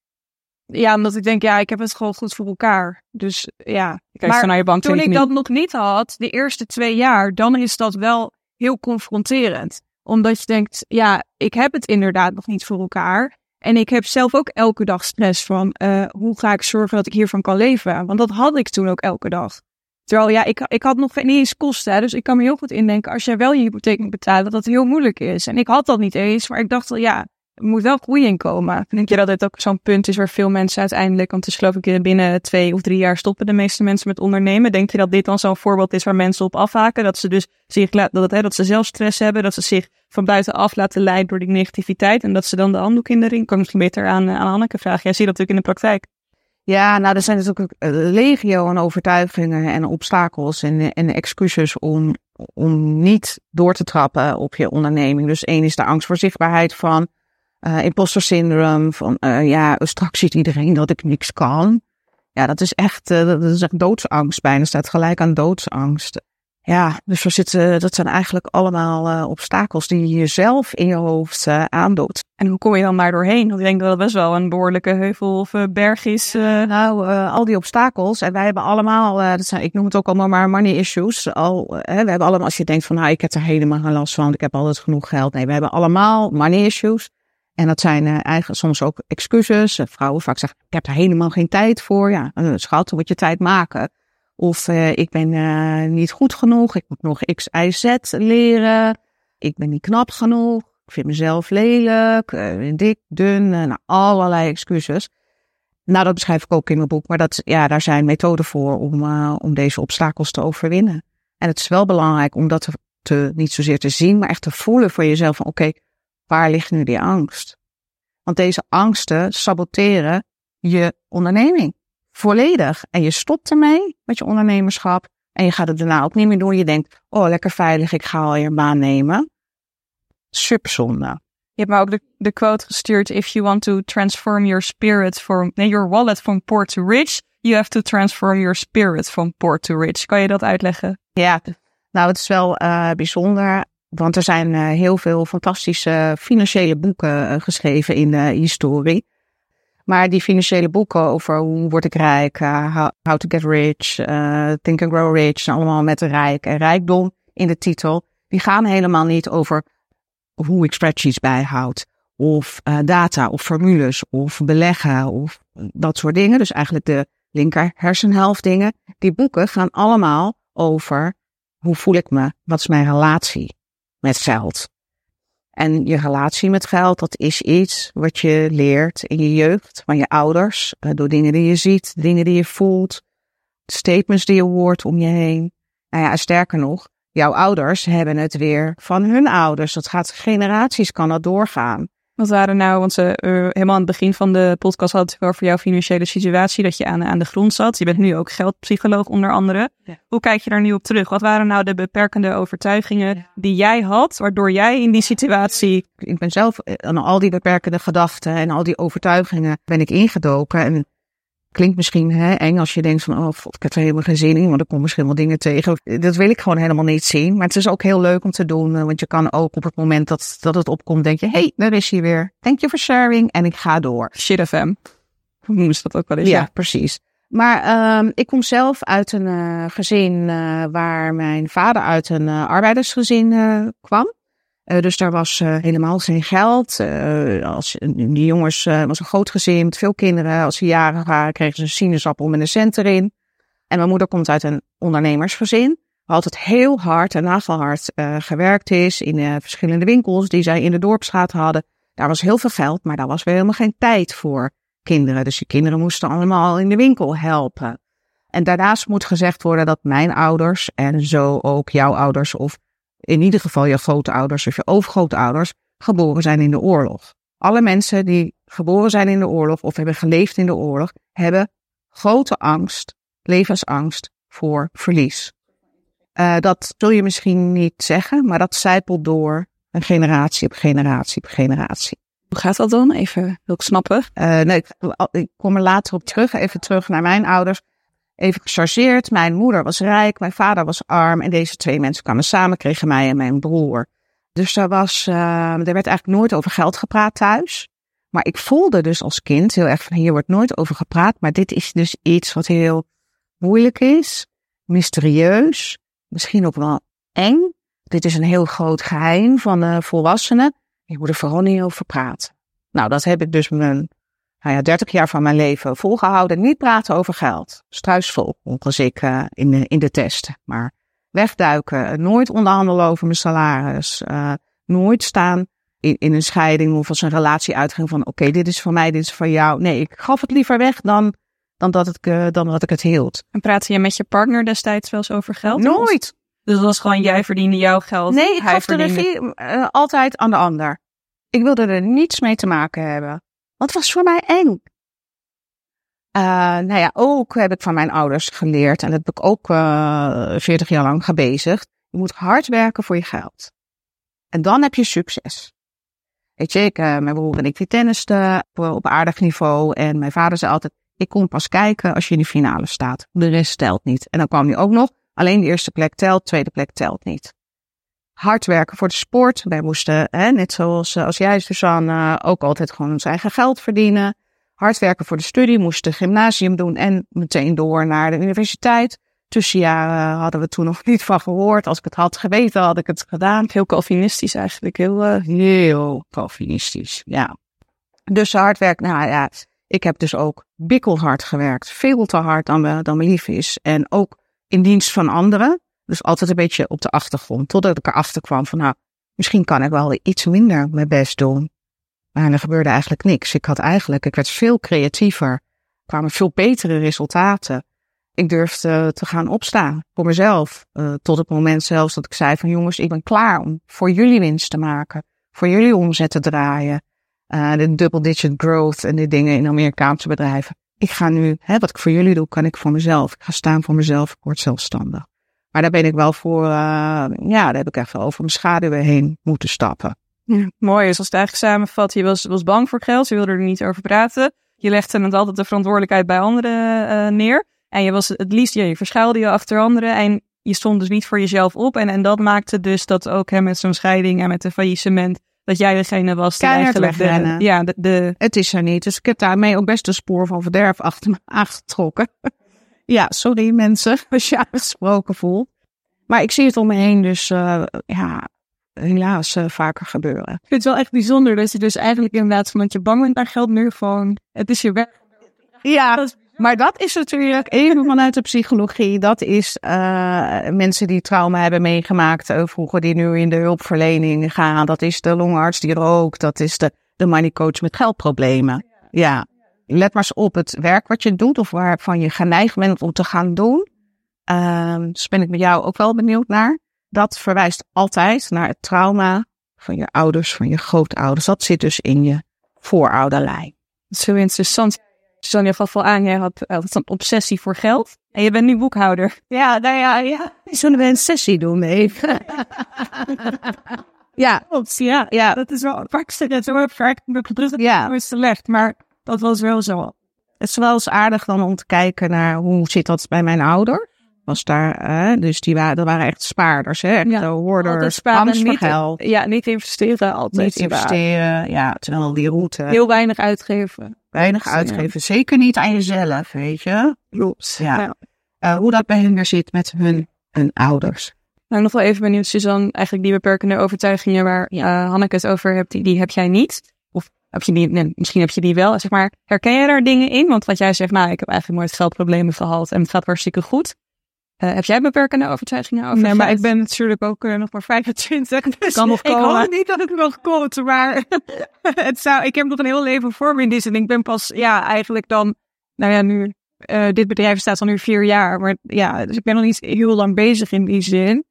Ja, omdat ik denk, ja, ik heb het gewoon goed voor elkaar. Dus ja. Kijk zo naar je bank. Toen ik niet. dat nog niet had, de eerste twee jaar, dan is dat wel heel confronterend. Omdat je denkt, ja, ik heb het inderdaad nog niet voor elkaar. En ik heb zelf ook elke dag stress van, uh, hoe ga ik zorgen dat ik hiervan kan leven? Want dat had ik toen ook elke dag. Terwijl, ja, ik, ik had nog niet eens kosten. Hè, dus ik kan me heel goed indenken, als jij wel je hypotheek moet betalen, dat dat heel moeilijk is. En ik had dat niet eens, maar ik dacht wel, ja, er moet wel groei in komen. Denk je dat dit ook zo'n punt is waar veel mensen uiteindelijk, want het is geloof ik binnen twee of drie jaar stoppen de meeste mensen met ondernemen. Denk je dat dit dan zo'n voorbeeld is waar mensen op afhaken? Dat ze dus zich laat, dat, hè, dat ze zelf stress hebben, dat ze zich van buitenaf laten leiden door die negativiteit en dat ze dan de handdoek in de ring. Kan ik misschien beter aan, aan Hanneke vragen. Jij ziet dat natuurlijk in de praktijk. Ja, nou, er zijn natuurlijk ook legio aan overtuigingen en obstakels en, en excuses om, om niet door te trappen op je onderneming. Dus één is de angst voor zichtbaarheid van uh, imposter syndroom, van uh, ja, straks ziet iedereen dat ik niks kan. Ja, dat is echt, uh, dat is echt doodsangst bijna, staat gelijk aan doodsangst. Ja, dus er zitten, dat zijn eigenlijk allemaal uh, obstakels die je jezelf in je hoofd uh, aandoet. En hoe kom je dan daar doorheen? Want ik denk dat het best wel een behoorlijke heuvel of uh, berg is. Uh... Nou, uh, al die obstakels. En wij hebben allemaal, uh, dat zijn, ik noem het ook allemaal maar money issues. Al, uh, we hebben allemaal, als je denkt van, nou, ik heb er helemaal geen last van, want ik heb altijd genoeg geld. Nee, we hebben allemaal money issues. En dat zijn uh, eigen, soms ook excuses. Uh, vrouwen vaak zeggen, ik heb er helemaal geen tijd voor. Ja, uh, schat, dan moet je tijd maken. Of uh, ik ben uh, niet goed genoeg, ik moet nog X, Y, Z leren. Ik ben niet knap genoeg, ik vind mezelf lelijk, uh, dik, dun, uh, nou, allerlei excuses. Nou, dat beschrijf ik ook in mijn boek, maar dat, ja, daar zijn methoden voor om, uh, om deze obstakels te overwinnen. En het is wel belangrijk om dat te, te, niet zozeer te zien, maar echt te voelen voor jezelf van oké, okay, waar ligt nu die angst? Want deze angsten saboteren je onderneming. Volledig. En je stopt ermee met je ondernemerschap. En je gaat het daarna ook niet meer doen. Je denkt, oh, lekker veilig, ik ga alweer een baan nemen. Superzonde. Je hebt me ook de, de quote gestuurd. If you want to transform your spirit from, nee, your wallet from poor to rich, you have to transform your spirit from poor to rich. Kan je dat uitleggen? Ja, nou, het is wel uh, bijzonder. Want er zijn uh, heel veel fantastische financiële boeken uh, geschreven in de historie. Maar die financiële boeken over hoe word ik rijk, uh, how, how to get rich, uh, think and grow rich, allemaal met rijk en rijkdom in de titel. Die gaan helemaal niet over hoe ik spreadsheets bijhoud, of uh, data, of formules, of beleggen, of dat soort dingen. Dus eigenlijk de linker hersenhelft dingen. Die boeken gaan allemaal over hoe voel ik me, wat is mijn relatie met geld. En je relatie met geld, dat is iets wat je leert in je jeugd, van je ouders, door dingen die je ziet, dingen die je voelt, statements die je hoort om je heen. Nou ja, sterker nog, jouw ouders hebben het weer van hun ouders. Dat gaat generaties, kan dat doorgaan. Wat waren nou, want ze uh, helemaal aan het begin van de podcast hadden we over jouw financiële situatie, dat je aan, aan de grond zat. Je bent nu ook geldpsycholoog onder andere. Ja. Hoe kijk je daar nu op terug? Wat waren nou de beperkende overtuigingen ja. die jij had, waardoor jij in die situatie... Ik ben zelf aan al die beperkende gedachten en al die overtuigingen ben ik ingedoken. En klinkt misschien hè, eng als je denkt van, oh, ik heb er helemaal geen zin in, want er komen misschien wel dingen tegen. Dat wil ik gewoon helemaal niet zien. Maar het is ook heel leuk om te doen, want je kan ook op het moment dat, dat het opkomt, denk je, hey, daar is hij weer. Thank you for sharing. En ik ga door. Shit F M. Hoe noemen ze dat ook wel eens? Ja, ja. precies. Maar um, ik kom zelf uit een uh, gezin uh, waar mijn vader uit een uh, arbeidersgezin uh, kwam. Uh, dus daar was uh, helemaal geen geld. Uh, als, die jongens uh, was een groot gezin met veel kinderen. Als ze jarig waren, kregen ze een sinaasappel met een cent erin. En mijn moeder komt uit een ondernemersgezin. Waar altijd heel hard en nagelhard uh, gewerkt is in uh, verschillende winkels die zij in de dorpsstraat hadden. Daar was heel veel geld, maar daar was weer helemaal geen tijd voor. kinderen. Dus die kinderen moesten allemaal in de winkel helpen. En daarnaast moet gezegd worden dat mijn ouders en zo ook jouw ouders of in ieder geval je grootouders of je overgrootouders geboren zijn in de oorlog. Alle mensen die geboren zijn in de oorlog of hebben geleefd in de oorlog, hebben grote angst, levensangst voor verlies. Uh, dat zul je misschien niet zeggen, maar dat zijpelt door een generatie op generatie op generatie. Hoe gaat dat dan? Even wil ik snappen. Uh, nee, ik, ik kom er later op terug. Even terug naar mijn ouders. Even gechargeerd. Mijn moeder was rijk, mijn vader was arm. En deze twee mensen kwamen samen, kregen mij en mijn broer. Dus er, was, uh, er werd eigenlijk nooit over geld gepraat thuis. Maar ik voelde dus als kind heel erg van hier wordt nooit over gepraat. Maar dit is dus iets wat heel moeilijk is. Mysterieus. Misschien ook wel eng. Dit is een heel groot geheim van de volwassenen. Ik moet er vooral niet over praten. Nou, dat heb ik dus mijn nou ja, dertig jaar van mijn leven volgehouden. Niet praten over geld. Struisvogels ik uh, in, de, in de testen. Maar wegduiken. Nooit onderhandelen over mijn salaris. Uh, nooit staan in, in een scheiding of als een relatie uitging van oké, okay, dit is voor mij, dit is voor jou. Nee, ik gaf het liever weg dan, dan, dat, het, uh, dan dat ik het hield. En praatte je met je partner destijds wel eens over geld? Nooit. Dus dat was gewoon jij verdiende jouw geld. Nee, ik hij gaf verdiende... de regie uh, altijd aan de ander. Ik wilde er niets mee te maken hebben. Want het was voor mij eng. Uh, nou ja, ook heb ik van mijn ouders geleerd. En dat heb ik ook uh, veertig jaar lang gebezigd. Je moet hard werken voor je geld. En dan heb je succes. Weet je, ik, uh, mijn broer en ik die tennisten op, op aardig niveau. En mijn vader zei altijd, ik kom pas kijken als je in de finale staat. De rest telt niet. En dan kwam hij ook nog. Alleen de eerste plek telt, de tweede plek telt niet. Hard werken voor de sport. Wij moesten, hè, net zoals als jij, Suzanne, ook altijd gewoon ons eigen geld verdienen. Hard werken voor de studie, moesten gymnasium doen en meteen door naar de universiteit. Tussenjaren hadden we toen nog niet van gehoord. Als ik het had geweten, had ik het gedaan. Heel Calvinistisch eigenlijk. Heel, uh... heel Calvinistisch, ja. Dus hard werken, nou ja, ik heb dus ook bikkelhard gewerkt. Veel te hard dan me, dan me lief is. En ook in dienst van anderen. Dus altijd een beetje op de achtergrond. Totdat ik erachter kwam van nou, misschien kan ik wel iets minder mijn best doen. Maar er gebeurde eigenlijk niks. Ik had eigenlijk, ik werd veel creatiever. Er kwamen veel betere resultaten. Ik durfde te gaan opstaan voor mezelf. Uh, tot het moment zelfs dat ik zei van jongens, ik ben klaar om voor jullie winst te maken. Voor jullie omzet te draaien. Uh, de double digit growth en die dingen in Amerikaanse bedrijven. Ik ga nu, hè, wat ik voor jullie doe, kan ik voor mezelf. Ik ga staan voor mezelf, ik word zelfstandig. Maar daar ben ik wel voor, uh, ja, daar heb ik echt wel over mijn schaduwen heen moeten stappen. Ja, mooi. Dus als het eigenlijk samenvat, je was, was bang voor geld, je wilde er niet over praten. Je legde dan altijd de verantwoordelijkheid bij anderen uh, neer. En je was het liefst, ja, je verschuilde je achter anderen en je stond dus niet voor jezelf op. En, en dat maakte dus dat ook hè, met zo'n scheiding en met een faillissement, dat jij degene was die Keihard eigenlijk de, ja, de, de... Het is er niet. Dus ik heb daarmee ook best een spoor van verderf achter me aangetrokken. Ja, sorry mensen, als je aangesproken voelt. Maar ik zie het om me heen dus, uh, ja, helaas uh, vaker gebeuren. Ik vind het wel echt bijzonder dat je dus eigenlijk inderdaad van dat je bang bent naar geld nu gewoon, het is je werk. Ja, dat is maar dat is natuurlijk even vanuit de psychologie. Dat is uh, mensen die trauma hebben meegemaakt uh, vroeger, die nu in de hulpverlening gaan. Dat is de longarts die rookt. Dat is de, de money coach met geldproblemen. Ja, let maar eens op het werk wat je doet of waarvan je geneigd bent om te gaan doen. Uh, dus ben ik met jou ook wel benieuwd naar. Dat verwijst altijd naar het trauma van je ouders, van je grootouders. Dat zit dus in je voorouderlijn. Dat is heel interessant. Suzanne, je gaf al aan, jij had, had een obsessie voor geld. En je bent nu boekhouder. Ja, nou ja, ja. Zullen we een sessie doen even? Ja, ja, ja, dat is wel apart. Het zo heb ja. nooit gelegd, maar dat was wel zo. Het is wel eens aardig dan om te kijken naar hoe zit dat bij mijn ouders. Was daar, uh, dus die waren, dat waren echt spaarders, hè? Echt ja, hoorders, angst voor geld. Ja, niet investeren altijd. Niet investeren, ja, terwijl die route. Heel weinig uitgeven. Weinig dus, uitgeven, ja. Zeker niet aan jezelf, weet je. Klopt. Ja. Ja. Uh, hoe dat bij hen weer zit met hun, hun ouders. Nou, nog wel even benieuwd, Suzanne, eigenlijk die beperkende overtuigingen waar ja. uh, Hanneke het over hebt, die, die heb jij niet. Of heb je die, nee, misschien heb je die wel. Zeg maar, herken jij daar dingen in? Want wat jij zegt, nou, ik heb eigenlijk nooit geldproblemen gehad en het gaat hartstikke goed. Uh, heb jij beperkende overtuigingen over Nee, geld? maar ik ben natuurlijk ook uh, nog maar vijfentwintig. Dus kan nog komen. Ik hoop niet dat het nog komt, maar het zou, ik heb nog een heel leven voor me in die zin. Ik ben pas, ja, eigenlijk dan, nou ja, nu, uh, dit bedrijf staat al nu vier jaar. Maar ja, dus ik ben nog niet heel lang bezig in die zin.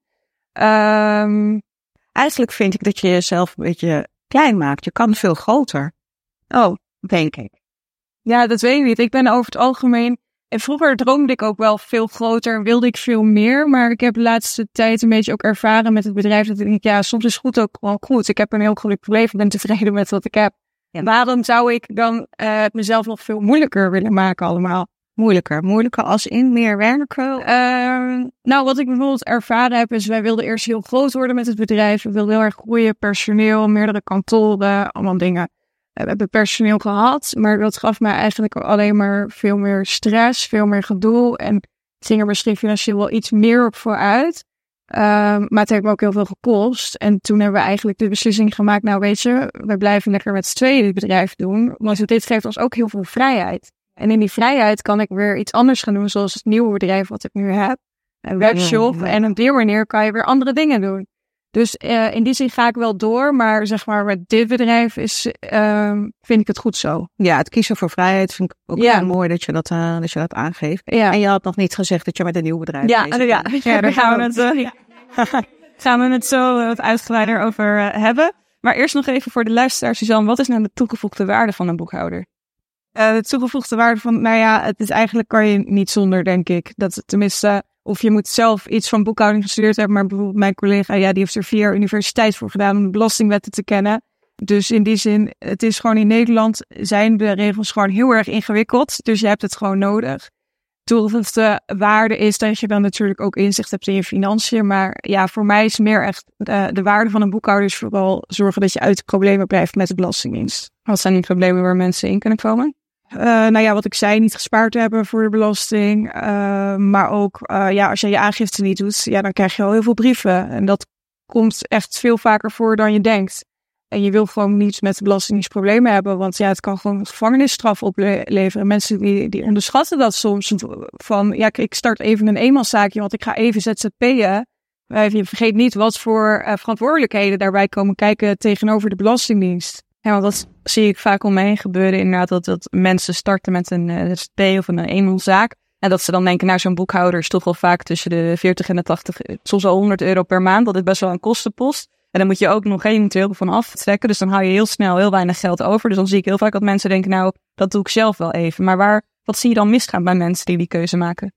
Um, eigenlijk vind ik dat je jezelf een beetje klein maakt. Je kan veel groter. Oh, denk ik. Ja, dat weet ik niet. Ik ben over het algemeen... En vroeger droomde ik ook wel veel groter en wilde ik veel meer. Maar ik heb de laatste tijd een beetje ook ervaren met het bedrijf dat ik denk, ja, soms is goed ook gewoon goed. Ik heb een heel gelukkig leven, ben tevreden met wat ik heb. Ja. Waarom zou ik dan uh, het mezelf nog veel moeilijker willen maken allemaal? Moeilijker? Moeilijker als in meer werken? Uh, nou, wat ik bijvoorbeeld ervaren heb is, wij wilden eerst heel groot worden met het bedrijf. We wilden heel erg groeien, personeel, meerdere kantoren, allemaal dingen. We hebben personeel gehad, maar dat gaf mij eigenlijk alleen maar veel meer stress, veel meer gedoe. En het ging er misschien financieel wel iets meer op vooruit. Uh, maar het heeft me ook heel veel gekost. En toen hebben we eigenlijk de beslissing gemaakt, nou weet je, we blijven lekker met z'n tweeën dit bedrijf doen. Want dit geeft ons ook heel veel vrijheid. En in die vrijheid kan ik weer iets anders gaan doen, zoals het nieuwe bedrijf wat ik nu heb. Een webshop. Ja, ja. En op die manier kan je weer andere dingen doen. Dus uh, in die zin ga ik wel door, maar zeg maar met dit bedrijf is, uh, vind ik het goed zo. Ja, het kiezen voor vrijheid vind ik ook ja. heel mooi dat je dat, uh, dat je dat aangeeft. Ja. En je had nog niet gezegd dat je met een nieuw bedrijf ja, bezig ja, bent. ja, ja, daar gaan we het, uh, ja. gaan we het zo wat uitgebreider over uh, hebben. Maar eerst nog even voor de luisteraar, Suzanne, wat is nou de toegevoegde waarde van een boekhouder? Uh, de toegevoegde waarde van, nou ja, het is eigenlijk kan je niet zonder, denk ik. Dat tenminste... Of je moet zelf iets van boekhouding gestudeerd hebben. Maar bijvoorbeeld mijn collega, ja, die heeft er vier jaar universiteit voor gedaan om de belastingwetten te kennen. Dus in die zin, het is gewoon in Nederland zijn de regels gewoon heel erg ingewikkeld. Dus je hebt het gewoon nodig. Toegevoegde waarde is dat je dan natuurlijk ook inzicht hebt in je financiën. Maar ja, voor mij is meer echt de, de waarde van een boekhouder is vooral zorgen dat je uit de problemen blijft met de Belastingdienst. Wat zijn die problemen waar mensen in kunnen komen? Uh, nou ja, wat ik zei, niet gespaard hebben voor de belasting. Uh, maar ook, uh, ja, als je je aangifte niet doet, ja, dan krijg je al heel veel brieven. En dat komt echt veel vaker voor dan je denkt. En je wil gewoon niet met de Belastingdienst problemen hebben, want ja, het kan gewoon gevangenisstraf opleveren. Mensen die, die onderschatten dat soms van, ja, ik start even een eenmanszaakje, want ik ga even Z Z P'en. Je vergeet niet wat voor uh, verantwoordelijkheden daarbij komen kijken tegenover de Belastingdienst. Ja, want dat zie ik vaak om me heen gebeuren. Inderdaad, dat, dat mensen starten met een uh, Z Z P of een eenmanszaak. En dat ze dan denken, nou, zo'n boekhouder is toch wel vaak tussen de veertig en de tachtig, soms al honderd euro per maand. Dat is best wel een kostenpost. En dan moet je ook nog geen heel van aftrekken. Dus dan hou je heel snel heel weinig geld over. Dus dan zie ik heel vaak dat mensen denken, nou, dat doe ik zelf wel even. Maar waar, wat zie je dan misgaan bij mensen die die keuze maken?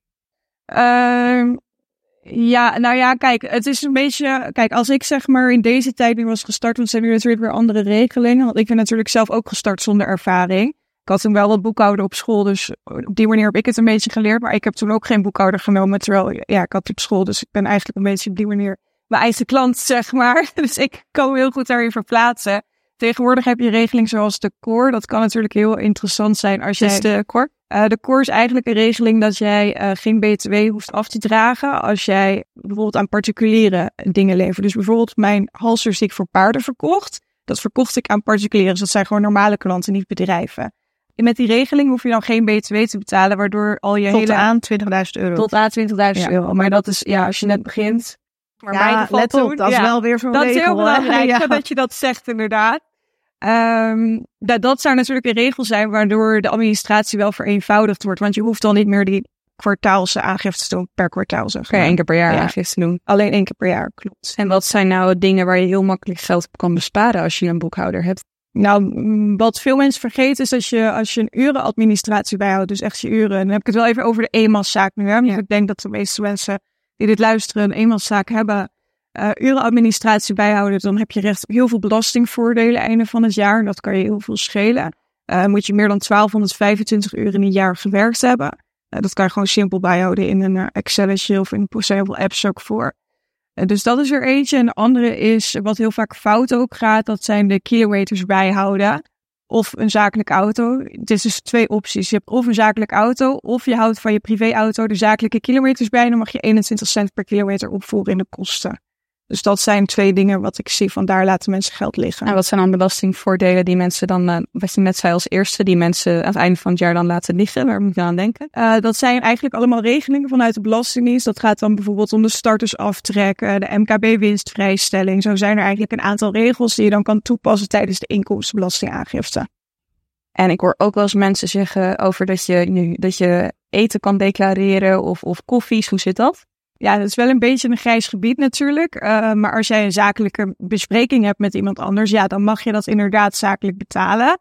Uh, ja, nou ja, kijk, het is een beetje... Kijk, als ik zeg maar in deze tijd nu was gestart, want zijn nu natuurlijk weer andere regelingen. Want ik ben natuurlijk zelf ook gestart zonder ervaring. Ik had toen wel wat boekhouder op school, dus op die manier heb ik het een beetje geleerd. Maar ik heb toen ook geen boekhouder genomen, terwijl, ja, ik had op school. Dus ik ben eigenlijk een beetje op die manier mijn eigen klant, zeg maar. Dus ik kan me heel goed daarin verplaatsen. Tegenwoordig heb je regeling zoals de C O R. Dat kan natuurlijk heel interessant zijn als jij... Wat is de C O R? Uh, de C O R is eigenlijk een regeling dat jij uh, geen B T W hoeft af te dragen als jij bijvoorbeeld aan particuliere dingen levert. Dus bijvoorbeeld mijn halsters die ik voor paarden verkocht, dat verkocht ik aan particulieren. Dus dat zijn gewoon normale klanten, niet bedrijven. En met die regeling hoef je dan geen B T W te betalen, waardoor al je tot hele... aan twintigduizend euro. Tot aan twintigduizend ja. euro. Maar dat is, ja, als je net begint... Maar ja, mijn let op, toen, dat is ja, wel weer zo'n dat regel. Dat is heel belangrijk, ja. dat je dat zegt inderdaad. Um, dat, dat zou natuurlijk een regel zijn waardoor de administratie wel vereenvoudigd wordt. Want je hoeft dan niet meer die kwartaalse aangifte te doen per kwartaal. Zeg maar. Kan je één keer per jaar ja. aangifte doen? Alleen één keer per jaar, klopt. En wat zijn nou dingen waar je heel makkelijk geld op kan besparen als je een boekhouder hebt? Nou, wat veel mensen vergeten is dat je als je een urenadministratie bijhoudt, dus echt je uren. En dan heb ik het wel even over de eenmanszaak nu. Hè? Want ja. Ik denk dat de meeste mensen die dit luisteren een eenmanszaak hebben. Uh, urenadministratie bijhouden, dan heb je recht op heel veel belastingvoordelen einde van het jaar. Dat kan je heel veel schelen. Uh, moet je meer dan twaalfhonderdvijfentwintig uur in een jaar gewerkt hebben. Uh, dat kan je gewoon simpel bijhouden in een uh, Excelletje of in heel veel apps ook voor. Uh, dus dat is er eentje. En de andere is, wat heel vaak fout ook gaat, dat zijn de kilometers bijhouden. Of een zakelijke auto. Het is dus twee opties. Je hebt of een zakelijke auto, of je houdt van je privéauto de zakelijke kilometers bij. En dan mag je eenentwintig cent per kilometer opvoeren in de kosten. Dus dat zijn twee dingen wat ik zie van daar laten mensen geld liggen. En wat zijn dan belastingvoordelen die mensen dan, uh, wat je net zei als eerste, die mensen aan het einde van het jaar dan laten liggen? Waar moet je aan denken? Uh, dat zijn eigenlijk allemaal regelingen vanuit de Belastingdienst. Dat gaat dan bijvoorbeeld om de startersaftrek, uh, de M K B-winstvrijstelling. Zo zijn er eigenlijk een aantal regels die je dan kan toepassen tijdens de inkomstenbelastingaangifte. En ik hoor ook wel eens mensen zeggen over dat je nu dat je eten kan declareren of, of koffies. Hoe zit dat? Ja, dat is wel een beetje een grijs gebied natuurlijk. Uh, maar als jij een zakelijke bespreking hebt met iemand anders, ja, dan mag je dat inderdaad zakelijk betalen.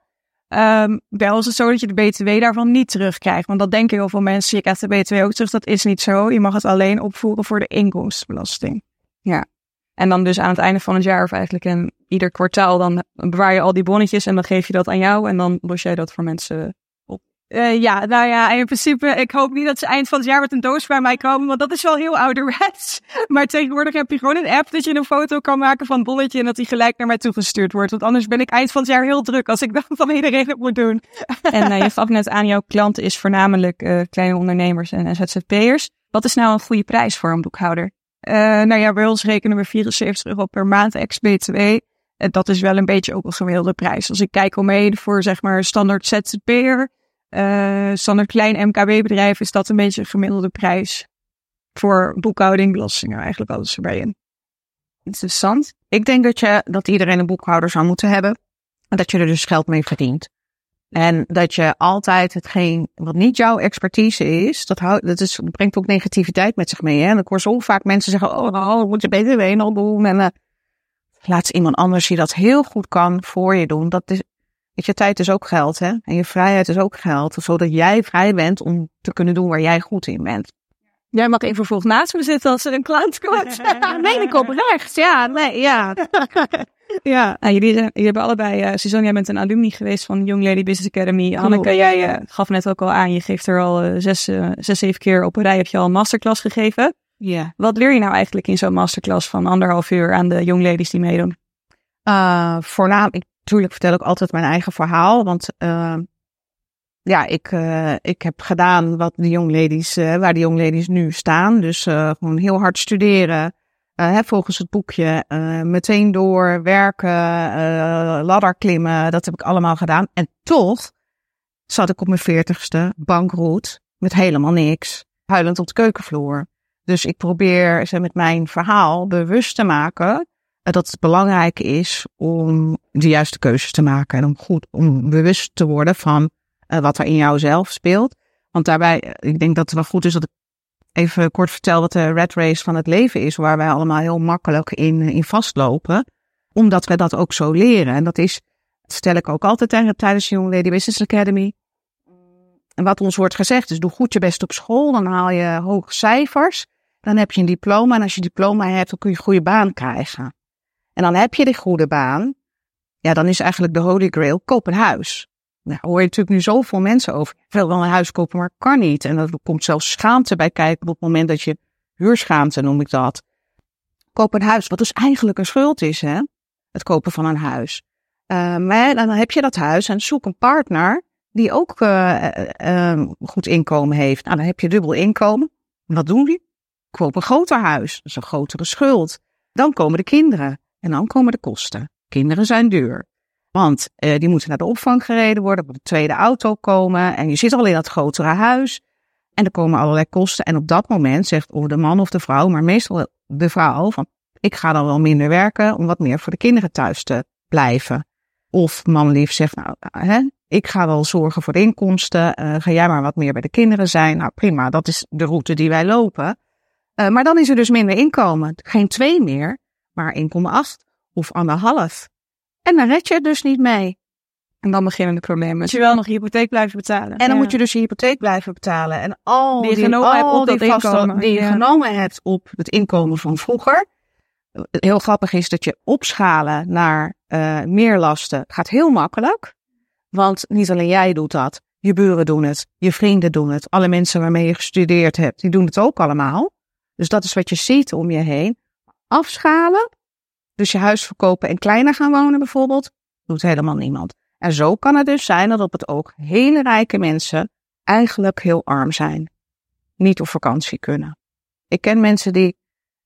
Um, wel is het zo dat je de B T W daarvan niet terugkrijgt. Want dat denken heel veel mensen, je krijgt de B T W ook terug. Dat is niet zo. Je mag het alleen opvoeren voor de inkomstenbelasting. Ja. En dan dus aan het einde van het jaar of eigenlijk in ieder kwartaal, dan bewaar je al die bonnetjes en dan geef je dat aan jou en dan los jij dat voor mensen op. Uh, ja, nou ja, in principe, ik hoop niet dat ze eind van het jaar met een doos bij mij komen, want dat is wel heel ouderwets. Maar tegenwoordig heb je gewoon een app dat je een foto kan maken van het bonnetje en dat die gelijk naar mij toegestuurd wordt. Want anders ben ik eind van het jaar heel druk als ik dat van iedereen het moet doen. En uh, je gaf net aan, jouw klanten is voornamelijk uh, kleine ondernemers en Z Z P'ers. Wat is nou een goede prijs voor een boekhouder? Uh, nou ja, bij ons rekenen we vierenzeventig euro per maand ex-B T W. En dat is wel een beetje ook een gemiddelde prijs. Als ik kijk omheen voor zeg maar standaard Z Z P'er, uh, standaard klein M K B-bedrijf, is dat een beetje een gemiddelde prijs. Voor boekhouding, belastingen, eigenlijk alles erbij in. Interessant. Ik denk dat je dat iedereen een boekhouder zou moeten hebben. En dat je er dus geld mee verdient. En dat je altijd hetgeen wat niet jouw expertise is, dat, houdt, dat, is, dat brengt ook negativiteit met zich mee. Hè? En ik hoor zo vaak mensen zeggen, oh, nou, moet je B T W nog doen. En uh, laat iemand anders die dat heel goed kan voor je doen. Dat is, weet je, tijd is ook geld, hè? En je vrijheid is ook geld. Zodat jij vrij bent om te kunnen doen waar jij goed in bent. Jij mag even vroeg naast me zitten als er een klant komt. Nee, ik oprecht. Ja, nee, ja. Ja, nou, jullie, jullie hebben allebei, uh, Suzanne, jij bent een alumni geweest van Young Lady Business Academy. Hanneke, jij uh, gaf net ook al aan, je geeft er al uh, zes, uh, zes, zeven keer op een rij, heb je al een masterclass gegeven. Ja. Yeah. Wat leer je nou eigenlijk in zo'n masterclass van anderhalf uur aan de Young Ladies die meedoen? Uh, voornamelijk, natuurlijk vertel ik altijd mijn eigen verhaal, want uh, ja, ik, uh, ik heb gedaan wat de Young Ladies, uh, waar de Young Ladies nu staan. Dus uh, gewoon heel hard studeren. Uh, hè, volgens het boekje, uh, meteen door, werken, uh, ladder klimmen, dat heb ik allemaal gedaan. En toch zat ik op mijn veertigste bankroet met helemaal niks, huilend op de keukenvloer. Dus ik probeer ze met mijn verhaal bewust te maken uh, dat het belangrijk is om de juiste keuzes te maken. En om goed, om bewust te worden van uh, wat er in jou zelf speelt. Want daarbij, uh, ik denk dat het wel goed is dat ik even kort vertel wat de rat race van het leven is, waar wij allemaal heel makkelijk in, in vastlopen, omdat we dat ook zo leren. En dat is, dat stel ik ook altijd tegen tijdens de Young Lady Business Academy. En wat ons wordt gezegd is, doe goed je best op school, dan haal je hoge cijfers, dan heb je een diploma en als je een diploma hebt, dan kun je een goede baan krijgen. En dan heb je die goede baan, ja, dan is eigenlijk de holy grail, koop een huis. Daar hoor je natuurlijk nu zoveel mensen over. Ik wil wel een huis kopen, maar kan niet. En er komt zelfs schaamte bij kijken op het moment dat je, huurschaamte noem ik dat. Koop een huis, wat dus eigenlijk een schuld is, hè. Het kopen van een huis. Uh, maar dan heb je dat huis en zoek een partner die ook uh, uh, goed inkomen heeft. Nou, dan heb je dubbel inkomen. Wat doen die? Koop een groter huis. Dat is een grotere schuld. Dan komen de kinderen. En dan komen de kosten. Kinderen zijn duur. Want uh, die moeten naar de opvang gereden worden, moet een tweede auto komen en je zit al in dat grotere huis en er komen allerlei kosten. En op dat moment zegt of de man of de vrouw, maar meestal de vrouw, van ik ga dan wel minder werken om wat meer voor de kinderen thuis te blijven. Of manlief zegt, nou, hè, ik ga wel zorgen voor de inkomsten, uh, ga jij maar wat meer bij de kinderen zijn. Nou prima, dat is de route die wij lopen. Uh, maar dan is er dus minder inkomen. Geen twee meer, maar één komma acht of anderhalf. En dan red je het dus niet mee. En dan beginnen de problemen. Moet je wel nog je hypotheek blijven betalen. En dan ja. moet je dus je hypotheek blijven betalen. En al die, die, genomen al hebt op die dat vaste inkomen. die je Ja. genomen hebt op het inkomen van vroeger. Heel grappig is dat je opschalen naar uh, meer lasten gaat heel makkelijk. Want niet alleen jij doet dat. Je buren doen het. Je vrienden doen het. Alle mensen waarmee je gestudeerd hebt, die doen het ook allemaal. Dus dat is wat je ziet om je heen. Afschalen. Dus je huis verkopen en kleiner gaan wonen bijvoorbeeld, doet helemaal niemand. En zo kan het dus zijn dat op het oog hele rijke mensen eigenlijk heel arm zijn. Niet op vakantie kunnen. Ik ken mensen die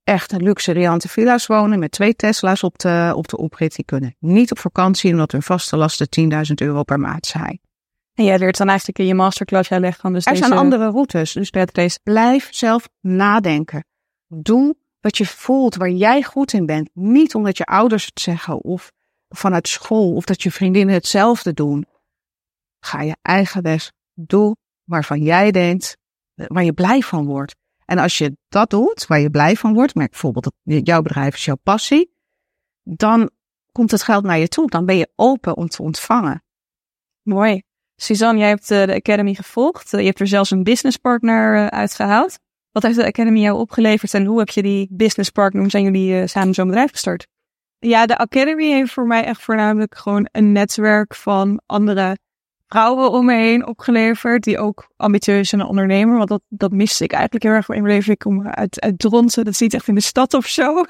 echt een luxuriante villa's wonen met twee Tesla's op de, op de oprit. Die kunnen niet op vakantie omdat hun vaste lasten tienduizend euro per maand zijn. En jij leert dan eigenlijk in je masterclass uitleggen van dus Er deze... zijn andere routes, dus deze... blijf zelf nadenken. Doe wat je voelt, waar jij goed in bent. Niet omdat je ouders het zeggen of vanuit school of dat je vriendinnen hetzelfde doen. Ga je eigen weg. Doe waarvan jij denkt, waar je blij van wordt. En als je dat doet, waar je blij van wordt, maar bijvoorbeeld dat jouw bedrijf is jouw passie, dan komt het geld naar je toe. Dan ben je open om te ontvangen. Mooi. Suzanne, jij hebt uh, de Academy gevolgd. Uh, je hebt er zelfs een businesspartner uh, uitgehaald. Wat heeft de Academy jou opgeleverd en hoe heb je die businesspartner, hoe zijn jullie uh, samen zo'n bedrijf gestart? Ja, de Academy heeft voor mij echt voornamelijk gewoon een netwerk van andere vrouwen om me heen opgeleverd. Die ook ambitieus zijn ondernemer. Want dat, dat miste ik eigenlijk heel erg in mijn leven. Ik kom uit, uit Dronten. Dat is niet echt in de stad of zo.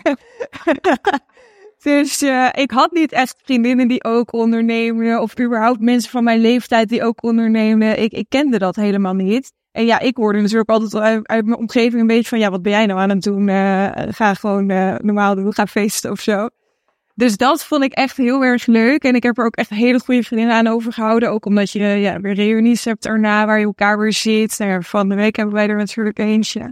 Dus uh, ik had niet echt vriendinnen die ook ondernemen. Of überhaupt mensen van mijn leeftijd die ook ondernemen. Ik, ik kende dat helemaal niet. En ja, ik hoorde natuurlijk altijd uit, uit mijn omgeving een beetje van... Ja, wat ben jij nou aan het doen? Uh, ga gewoon uh, normaal doen. Ga feesten of zo. Dus dat vond ik echt heel erg leuk. En ik heb er ook echt hele goede vriendinnen aan overgehouden. Ook omdat je ja, weer reunies hebt erna waar je elkaar weer ziet. Nou ja, van de week hebben wij er natuurlijk eentje.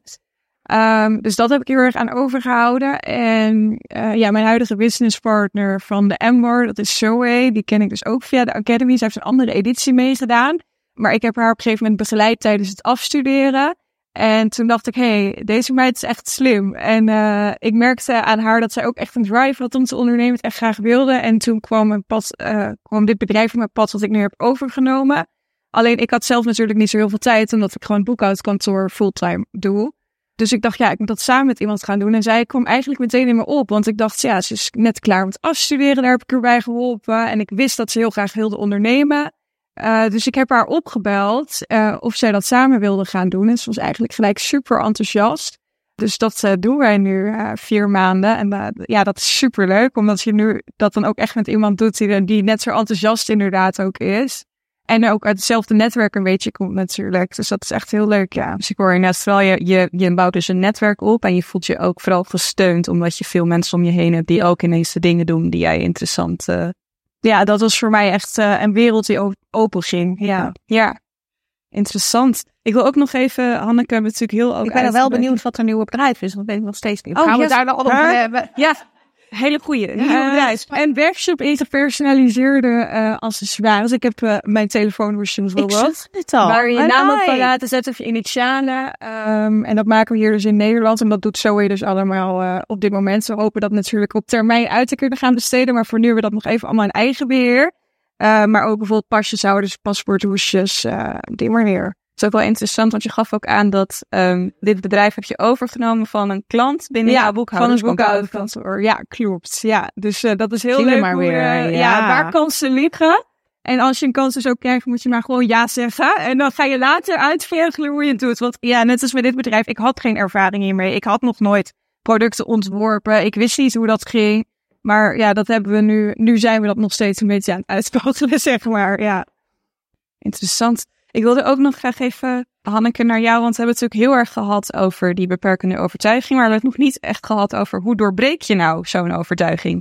Um, dus dat heb ik heel erg aan overgehouden. En uh, ja, mijn huidige businesspartner van de M-Bar, dat is Zoe. Die ken ik dus ook via de Academy. Ze heeft een andere editie meegedaan. Maar ik heb haar op een gegeven moment begeleid tijdens het afstuderen. En toen dacht ik, hé, hey, deze meid is echt slim. En uh, ik merkte aan haar dat zij ook echt een drive had om te ondernemen, het echt graag wilde. En toen kwam, mijn pad, uh, kwam dit bedrijf op mijn pad wat ik nu heb overgenomen. Alleen ik had zelf natuurlijk niet zo heel veel tijd, omdat ik gewoon boekhoudkantoor fulltime doe. Dus ik dacht, ja, ik moet dat samen met iemand gaan doen. En zij kwam eigenlijk meteen in me op. Want ik dacht, ja, ze is net klaar met afstuderen. Daar heb ik erbij geholpen. En ik wist dat ze heel graag wilde ondernemen. Uh, dus ik heb haar opgebeld uh, of zij dat samen wilde gaan doen. En ze was eigenlijk gelijk super enthousiast. Dus dat uh, doen wij nu uh, vier maanden. En uh, ja, dat is super leuk. Omdat je nu dat dan ook echt met iemand doet die, die net zo enthousiast inderdaad ook is. En ook uit hetzelfde netwerk een beetje komt natuurlijk. Dus dat is echt heel leuk, ja. Dus ik hoor je net vooral, je, je, je bouwt dus een netwerk op. En je voelt je ook vooral gesteund. Omdat je veel mensen om je heen hebt die ook ineens de dingen doen die jij interessant... Uh... Ja, dat was voor mij echt uh, een wereld die open ging. Ja. Ja, interessant. Ik wil ook nog even, Hanneke, natuurlijk heel ook Ik ben wel benieuwd wat haar nieuwe bedrijf is. Dat weet ik nog steeds niet. Oh, Gaan we yes. het daar nog over hebben? Ja, hele goeie. Nieuwe uh, bedrijf. En workshop in gepersonaliseerde uh, accessoires. Ik heb uh, mijn telefoonhoesje bijvoorbeeld. Het al. Waar je je oh, naam op nee. kan laten zetten of je initialen. Um, en dat maken we hier dus in Nederland. En dat doet Zoe dus allemaal uh, op dit moment. We hopen dat natuurlijk op termijn uit te kunnen gaan besteden. Maar voor nu hebben we dat nog even allemaal in eigen beheer. Uh, maar ook bijvoorbeeld pasjeshouders, paspoorthoesjes, uh, op die manier. Het is ook wel interessant, want je gaf ook aan dat um, dit bedrijf heb je overgenomen van een klant binnen ja, jouw boekhouders. Van een boekhouderskantoor. Ja, klopt. Ja, dus uh, dat is heel Zie leuk. maar hoe, weer, uh, ja. ja, waar kansen liggen. En als je een kans dus ook krijgt, moet je maar gewoon ja zeggen. En dan ga je later uitvogelen hoe je het doet. Want ja, net als met dit bedrijf, ik had geen ervaring hiermee. Ik had nog nooit producten ontworpen. Ik wist niet hoe dat ging. Maar ja, dat hebben we nu. Nu zijn we dat nog steeds een beetje aan het uitvogelen, zeg maar. Ja. Interessant. Ik wilde ook nog graag even, Hanneke, naar jou. Want we hebben het natuurlijk heel erg gehad over die beperkende overtuiging. Maar we hebben het nog niet echt gehad over hoe doorbreek je nou zo'n overtuiging?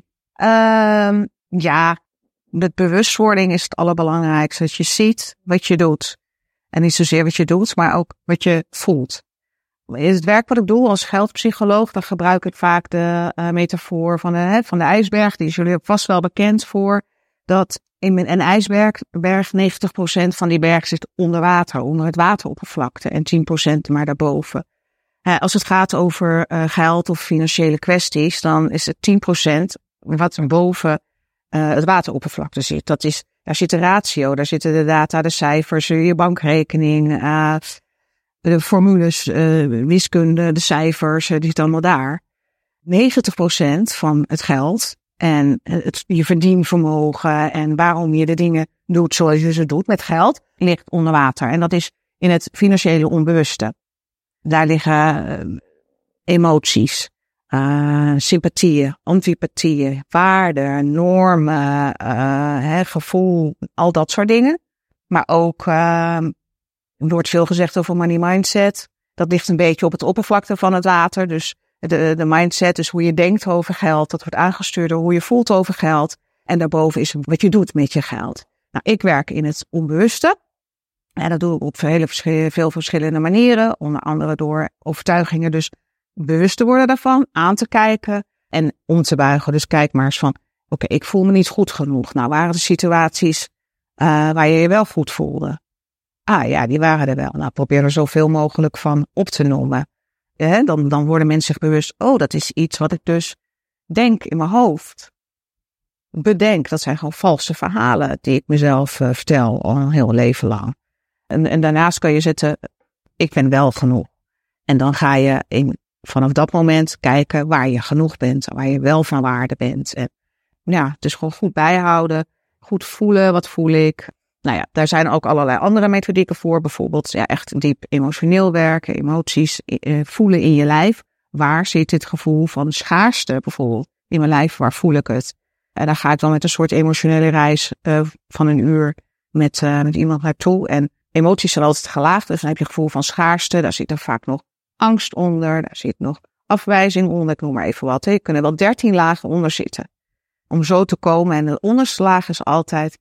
Um, ja, met bewustwording is het allerbelangrijkste. Dat je ziet wat je doet. En niet zozeer wat je doet, maar ook wat je voelt. In het werk wat ik doe als geldpsycholoog, dan gebruik ik vaak de uh, metafoor van de, hè, van de ijsberg. Die is jullie vast wel bekend voor. Dat in een ijsberg, berg, negentig procent van die berg zit onder water, onder het wateroppervlakte. En tien procent maar daarboven. Uh, als het gaat over uh, geld of financiële kwesties, dan is het tien procent wat er boven uh, het wateroppervlakte zit. Dat is, daar zit de ratio, daar zitten de data, de cijfers, je bankrekening, uh, de formules, uh, wiskunde, de cijfers, uh, die zit allemaal daar. negentig procent van het geld en het, je verdienvermogen en waarom je de dingen doet zoals je ze doet met geld, ligt onder water. En dat is in het financiële onbewuste. Daar liggen uh, emoties, uh, sympathieën, antipathieën, waarden, normen, uh, hè, gevoel, al dat soort dingen. Maar ook, uh, er wordt veel gezegd over money mindset. Dat ligt een beetje op het oppervlakte van het water. Dus De, de mindset is hoe je denkt over geld. Dat wordt aangestuurd door hoe je voelt over geld. En daarboven is wat je doet met je geld. Nou, ik werk in het onbewuste. En dat doe ik op hele verschillende, veel verschillende manieren. Onder andere door overtuigingen dus bewust te worden daarvan. Aan te kijken en om te buigen. Dus kijk maar eens van, oké, okay, ik voel me niet goed genoeg. Nou, waren er situaties uh, waar je je wel goed voelde? Ah ja, die waren er wel. Nou, probeer er zoveel mogelijk van op te noemen. Ja, dan, dan worden mensen zich bewust, oh, dat is iets wat ik dus denk in mijn hoofd. Bedenk, dat zijn gewoon valse verhalen die ik mezelf uh, vertel al een heel leven lang. En, en daarnaast kan je zetten, ik ben wel genoeg. En dan ga je in, vanaf dat moment kijken waar je genoeg bent, waar je wel van waarde bent. En ja, dus gewoon goed bijhouden, goed voelen, wat voel ik. Nou ja, daar zijn ook allerlei andere methodieken voor. Bijvoorbeeld ja, echt diep emotioneel werken, emoties uh, voelen in je lijf. Waar zit dit gevoel van schaarste bijvoorbeeld in mijn lijf? Waar voel ik het? En dan ga ik dan met een soort emotionele reis uh, van een uur met, uh, met iemand naartoe. En emoties zijn altijd gelaagd. Dus dan heb je een gevoel van schaarste. Daar zit er vaak nog angst onder. Daar zit nog afwijzing onder. Ik noem maar even wat. Hè. Er kunnen wel dertien lagen onder zitten. Om zo te komen. En de onderste laag is altijd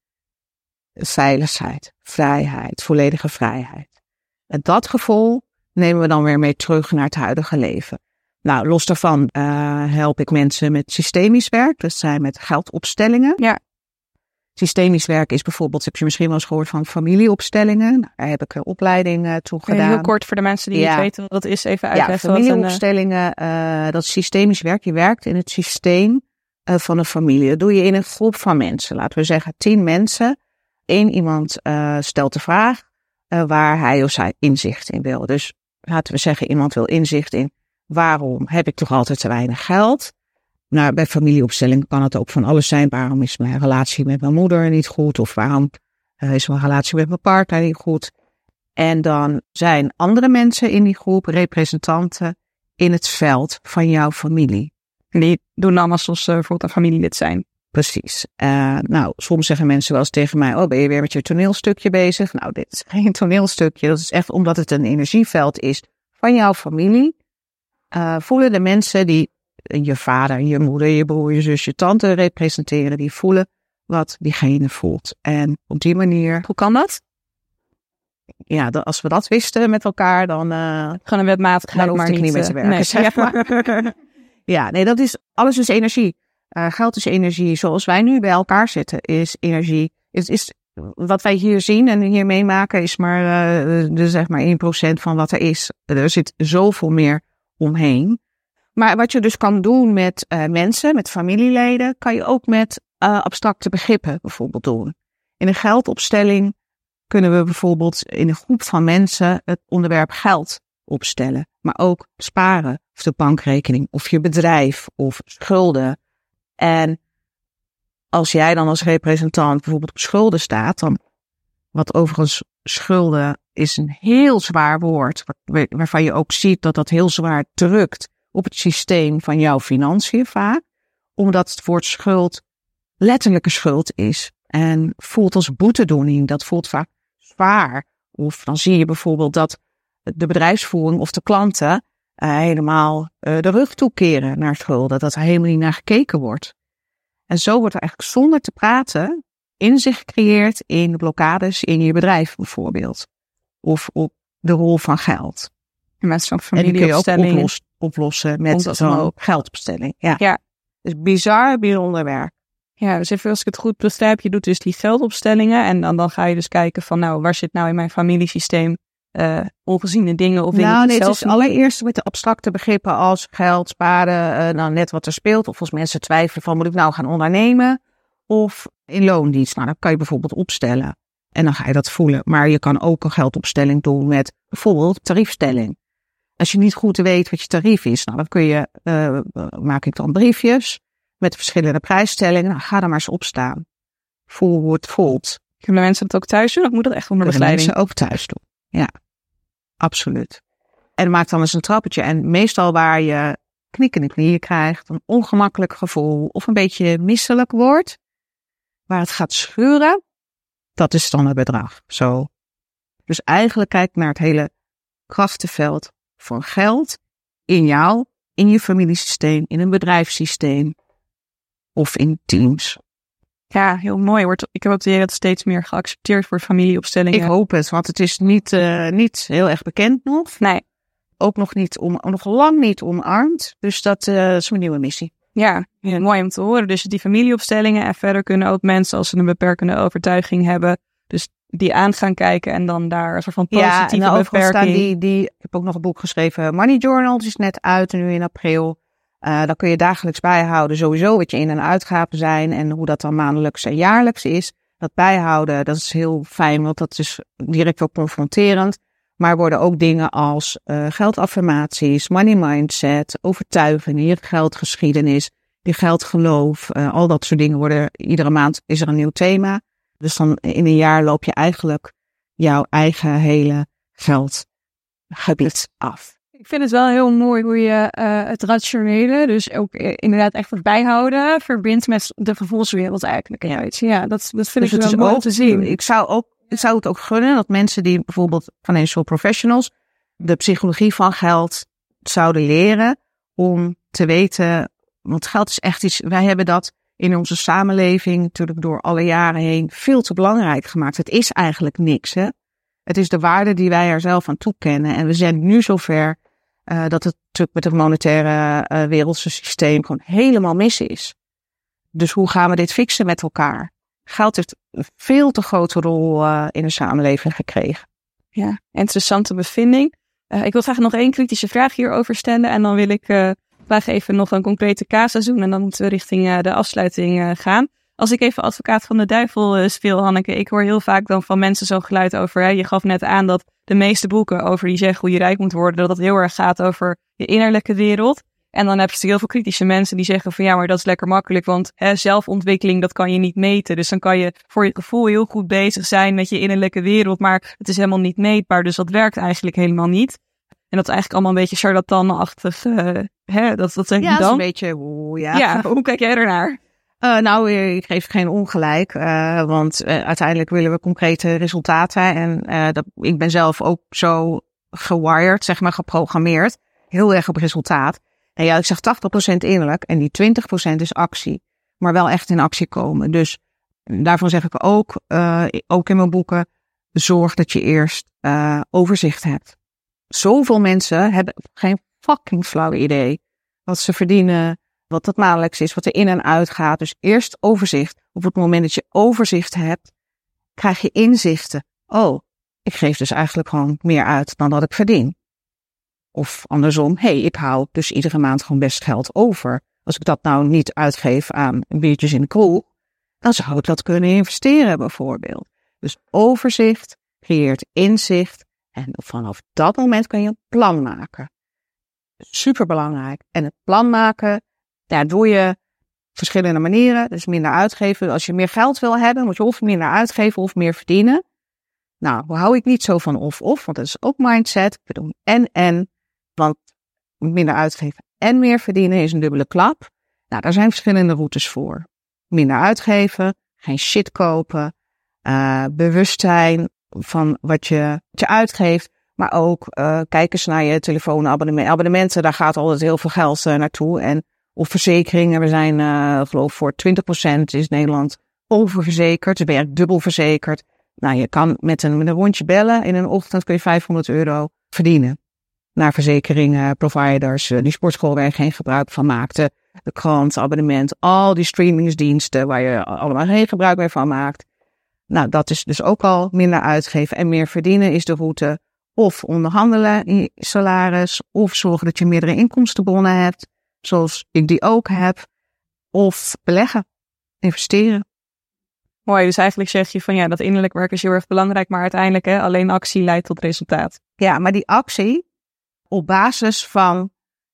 veiligheid, vrijheid, volledige vrijheid. En dat gevoel nemen we dan weer mee terug naar het huidige leven. Nou, los daarvan uh, help ik mensen met systemisch werk. Dat zijn met geldopstellingen. Ja. Systemisch werk is bijvoorbeeld, heb je misschien wel eens gehoord van familieopstellingen. Nou, daar heb ik een opleiding uh, toe gedaan. Heel kort voor de mensen die ja. niet weten wat dat is, even uitleggen. Ja, familieopstellingen, uh, dat is systemisch werk. Je werkt in het systeem uh, van een familie. Dat doe je in een groep van mensen. Laten we zeggen tien mensen. Eén iemand uh, stelt de vraag uh, waar hij of zij inzicht in wil. Dus laten we zeggen, iemand wil inzicht in waarom heb ik toch altijd te weinig geld? Nou, bij familieopstelling kan het ook van alles zijn. Waarom is mijn relatie met mijn moeder niet goed? Of waarom uh, is mijn relatie met mijn partner niet goed? En dan zijn andere mensen in die groep representanten in het veld van jouw familie. En die doen dan alsof ze bijvoorbeeld een familielid zijn. Precies. Uh, nou, soms zeggen mensen wel eens tegen mij, oh, ben je weer met je toneelstukje bezig? Nou, dit is geen toneelstukje. Dat is echt omdat het een energieveld is van jouw familie. Uh, voelen de mensen die je vader, je moeder, je broer, je zus, je tante representeren, die voelen wat diegene voelt. En op die manier... Hoe kan dat? Ja, dat, als we dat wisten met elkaar, dan... Uh, Gewoon een wetmatigheid, dan hoef ik niet meer te werken, nee, zeg maar. Ja, nee, dat is... Alles is energie. Uh, geld is energie. Zoals wij nu bij elkaar zitten, is energie. Het is, wat wij hier zien en hier meemaken, is maar, uh, dus zeg maar één procent van wat er is. Er zit zoveel meer omheen. Maar wat je dus kan doen met uh, mensen, met familieleden, kan je ook met uh, abstracte begrippen bijvoorbeeld doen. In een geldopstelling kunnen we bijvoorbeeld in een groep van mensen het onderwerp geld opstellen. Maar ook sparen, of de bankrekening, of je bedrijf, of schulden. En als jij dan als representant bijvoorbeeld op schulden staat, dan, wat overigens schulden is een heel zwaar woord, waar, waarvan je ook ziet dat dat heel zwaar drukt op het systeem van jouw financiën vaak, omdat het woord schuld letterlijke schuld is en voelt als boetedoening. Dat voelt vaak zwaar. Of dan zie je bijvoorbeeld dat de bedrijfsvoering of de klanten uh, helemaal uh, de rug toekeren naar schulden, dat er helemaal niet naar gekeken wordt. En zo wordt er eigenlijk zonder te praten inzicht gecreëerd in de blokkades in je bedrijf bijvoorbeeld. Of op de rol van geld. En met zo'n familieopstelling. En die kun je ook oplos, oplossen met zo'n geldopstelling. Ja. ja. Dus bizar, bijzonder werk. Ja, dus even als ik het goed begrijp, je doet dus die geldopstellingen en dan, dan ga je dus kijken van nou, waar zit nou in mijn familiesysteem uh, ongeziene dingen of dingen nou, die nee, zelf het is allereerst met de abstracte begrippen als geld, sparen, uh, nou net wat er speelt. Of als mensen twijfelen van moet ik nou gaan ondernemen of in loondienst. Nou, dan kan je bijvoorbeeld opstellen en dan ga je dat voelen. Maar je kan ook een geldopstelling doen met bijvoorbeeld tariefstelling. Als je niet goed weet wat je tarief is, nou dan kun je, uh, maak ik dan briefjes met verschillende prijsstellingen. Nou, ga er maar eens op staan. Voel hoe het voelt. Kunnen mensen het ook thuis doen of moet dat echt onder begeleiding? Kunnen mensen ook thuis doen. Ja, absoluut. En maak dan eens een trappetje. En meestal waar je knikkende knieën krijgt, een ongemakkelijk gevoel of een beetje misselijk wordt, waar het gaat schuren, dat is dan het bedrag. Zo. Dus eigenlijk kijk naar het hele krachtenveld van geld in jou in je familiesysteem, in een bedrijfssysteem of in teams. Ja, heel mooi. Wordt, ik heb ook het idee dat het steeds meer geaccepteerd wordt, familieopstellingen. Ik hoop het, want het is niet, uh, niet heel erg bekend nog. Nee. Ook nog, niet om, nog lang niet omarmd. Dus dat uh, is mijn nieuwe missie. Ja, ja, mooi om te horen. Dus die familieopstellingen en verder kunnen ook mensen als ze een beperkende overtuiging hebben, dus die aan gaan kijken en dan daar een soort van positieve ja, en beperking. Staan die, die, ik heb ook nog een boek geschreven, Money Journal, die is net uit nu in april. Uh, dan kun je dagelijks bijhouden sowieso wat je in- en uitgaven zijn en hoe dat dan maandelijks en jaarlijks is. Dat bijhouden, dat is heel fijn, want dat is direct ook confronterend. Maar er worden ook dingen als uh, geldaffirmaties, money mindset, overtuigingen, je geldgeschiedenis, je geldgeloof. Uh, al dat soort dingen worden, iedere maand is er een nieuw thema. Dus dan in een jaar loop je eigenlijk jouw eigen hele geldgebied af. Ik vind het wel heel mooi hoe je uh, het rationele, dus ook uh, inderdaad echt het bijhouden, verbindt met de gevoelswereld eigenlijk. Ja, weet je? Ja, dat, dat vind dus ik wel mooi ook, om te zien. Ik zou, ook, ik zou het ook gunnen dat mensen die bijvoorbeeld financial professionals de psychologie van geld zouden leren om te weten, want geld is echt iets, wij hebben dat in onze samenleving natuurlijk door alle jaren heen veel te belangrijk gemaakt. Het is eigenlijk niks, hè. Het is de waarde die wij er zelf aan toekennen. En we zijn nu zover uh, dat het natuurlijk met het monetaire uh, wereldse systeem gewoon helemaal mis is. Dus hoe gaan we dit fixen met elkaar? Geld heeft een veel te grote rol uh, in de samenleving gekregen. Ja, interessante bevinding. Uh, ik wil graag nog één kritische vraag hierover stellen. En dan wil ik uh, graag even nog een concrete casus doen. En dan moeten we richting uh, de afsluiting uh, gaan. Als ik even advocaat van de duivel uh, speel, Hanneke. Ik hoor heel vaak dan van mensen zo'n geluid over. Hè, je gaf net aan dat de meeste boeken over die zeggen hoe je rijk moet worden, dat het heel erg gaat over je innerlijke wereld. En dan heb je heel veel kritische mensen die zeggen van ja, maar dat is lekker makkelijk. Want hè, zelfontwikkeling, dat kan je niet meten. Dus dan kan je voor je gevoel heel goed bezig zijn met je innerlijke wereld. Maar het is helemaal niet meetbaar. Dus dat werkt eigenlijk helemaal niet. En dat is eigenlijk allemaal een beetje charlatanachtig. Uh, hè, dat, dat zeg ja, je dan? Ja, dat is een beetje, oeh, ja. Ja, hoe kijk jij ernaar? Uh, nou, ik geef geen ongelijk, uh, want uh, uiteindelijk willen we concrete resultaten. En uh, dat, ik ben zelf ook zo gewired, zeg maar, geprogrammeerd. Heel erg op resultaat. En ja, ik zeg tachtig procent innerlijk en die twintig procent is actie. Maar wel echt in actie komen. Dus daarvan zeg ik ook, uh, ook in mijn boeken, zorg dat je eerst uh, overzicht hebt. Zoveel mensen hebben geen fucking flauw idee wat ze verdienen, wat het maandelijks is, wat er in en uit gaat. Dus eerst overzicht. Op het moment dat je overzicht hebt, krijg je inzichten. Oh, ik geef dus eigenlijk gewoon meer uit dan dat ik verdien. Of andersom, hé, hey, ik hou dus iedere maand gewoon best geld over. Als ik dat nou niet uitgeef aan biertjes in de kroeg, dan zou ik dat kunnen investeren bijvoorbeeld. Dus overzicht creëert inzicht en vanaf dat moment kan je een plan maken. Superbelangrijk. En het plan maken, ja, doe je verschillende manieren. Dus minder uitgeven. Als je meer geld wil hebben, moet je of minder uitgeven of meer verdienen. Nou, hoe hou ik niet zo van of-of, want dat is ook mindset. We doen en-en. Want minder uitgeven en meer verdienen is een dubbele klap. Nou, daar zijn verschillende routes voor. Minder uitgeven, geen shit kopen, uh, bewust zijn van wat je, wat je uitgeeft. Maar ook uh, kijk eens naar je telefoonabonnementen. Abonnementen, daar gaat altijd heel veel geld uh, naartoe. En of verzekeringen, we zijn uh, geloof ik voor twintig procent is Nederland oververzekerd. Dus ben je dubbel verzekerd. Nou, je kan met een, met een rondje bellen in een ochtend kun je vijfhonderd euro verdienen. Naar verzekeringen, providers, die sportschool waar je geen gebruik van maakte, de krant, abonnement, al die streamingsdiensten waar je allemaal geen gebruik meer van maakt. Nou, dat is dus ook al minder uitgeven en meer verdienen is de route. Of onderhandelen in je salaris, of zorgen dat je meerdere inkomstenbronnen hebt, zoals ik die ook heb, of beleggen, investeren. Mooi, dus eigenlijk zeg je van ja, dat innerlijk werk is heel erg belangrijk, maar uiteindelijk hè, alleen actie leidt tot resultaat. Ja, maar die actie op basis van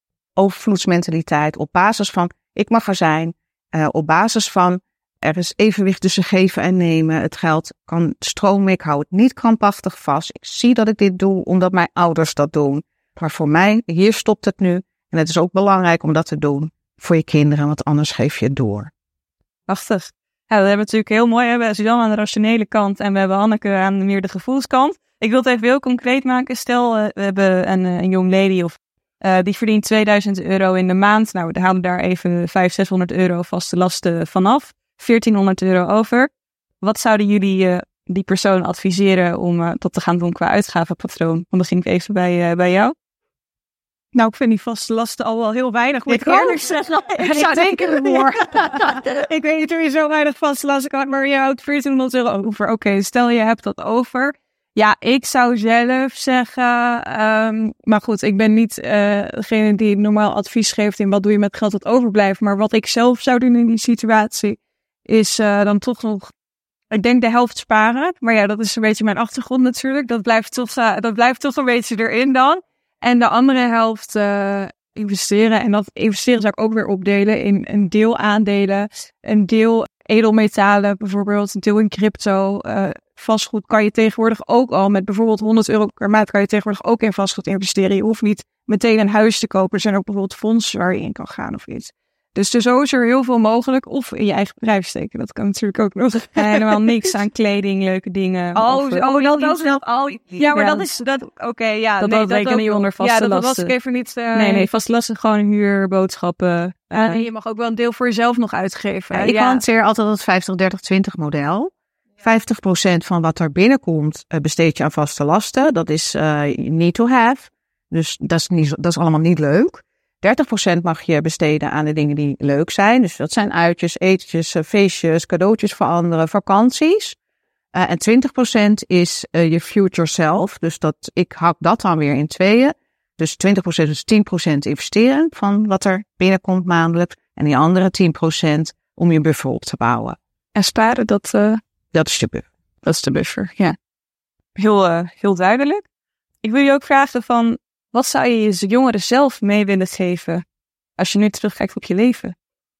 overvloedsmentaliteit, op basis van ik mag er zijn, uh, op basis van er is evenwicht tussen geven en nemen. Het geld kan stromen, ik hou het niet krampachtig vast. Ik zie dat ik dit doe omdat mijn ouders dat doen. Maar voor mij, hier stopt het nu. En het is ook belangrijk om dat te doen voor je kinderen, want anders geef je het door. Prachtig. Ja, we hebben natuurlijk heel mooi. We hebben Suzanne aan de rationele kant en we hebben Hanneke aan meer de gevoelskant. Ik wil het even heel concreet maken. Stel, uh, we hebben een, een young lady of Uh, die verdient tweeduizend euro in de maand. Nou, we halen daar even vijfhonderd, zeshonderd euro vaste lasten vanaf. veertienhonderd euro over. Wat zouden jullie uh, die persoon adviseren om uh, dat te gaan doen qua uitgavenpatroon? Dan begin ik even bij, uh, bij jou. Nou, ik vind die vaste lasten al wel heel weinig, moet ik eerlijk zeggen. Ik zou denken ervoor. Ik weet niet of je zo weinig vaste lasten kan, maar je houdt veertienhonderd euro over. Oké, okay, stel je hebt dat over. Ja, ik zou zelf zeggen, um, maar goed, ik ben niet uh, degene die normaal advies geeft in wat doe je met geld dat overblijft. Maar wat ik zelf zou doen in die situatie is uh, dan toch nog, ik denk de helft sparen. Maar ja, dat is een beetje mijn achtergrond natuurlijk. Dat blijft toch, uh, dat blijft toch een beetje erin dan. En de andere helft uh, investeren. En dat investeren zou ik ook weer opdelen in een deel aandelen, een deel edelmetalen bijvoorbeeld, een deel in crypto. Uh, vastgoed kan je tegenwoordig ook al met bijvoorbeeld honderd euro per maand kan je tegenwoordig ook in vastgoed investeren. Je hoeft niet meteen een huis te kopen. Er zijn ook bijvoorbeeld fondsen waar je in kan gaan of iets. Dus zo is er heel veel mogelijk. Of in je eigen bedrijf steken. Dat kan natuurlijk ook nog. En helemaal niks aan kleding, leuke dingen. Oh, of, oh dat was wel. Oh, ja, maar ja, dat is dat. Oké, okay, ja. Dat, nee, dat rekenen niet onder vaste ja, lasten. Ja, dat was ik even niet. Uh... Nee, nee, vaste lasten gewoon huur, boodschappen. Uh, en je mag ook wel een deel voor jezelf nog uitgeven. Ja, ik ja. hanteer altijd het vijftig dertig twintig model. vijftig procent van wat er binnenkomt uh, besteed je aan vaste lasten. Dat is uh, need to have. Dus dat is, niet, dat is allemaal niet leuk. dertig procent mag je besteden aan de dingen die leuk zijn. Dus dat zijn uitjes, etentjes, feestjes, cadeautjes voor anderen, vakanties. Uh, en twintig procent is uh, je future self. Dus dat, ik hak dat dan weer in tweeën. Dus twintig procent is tien procent investeren van wat er binnenkomt maandelijks. En die andere tien procent om je buffer op te bouwen. En sparen, dat, uh, dat is de buffer. Dat is de buffer, ja. Heel, uh, heel duidelijk. Ik wil je ook vragen van, wat zou je je jongeren zelf mee willen geven als je nu terugkijkt op je leven?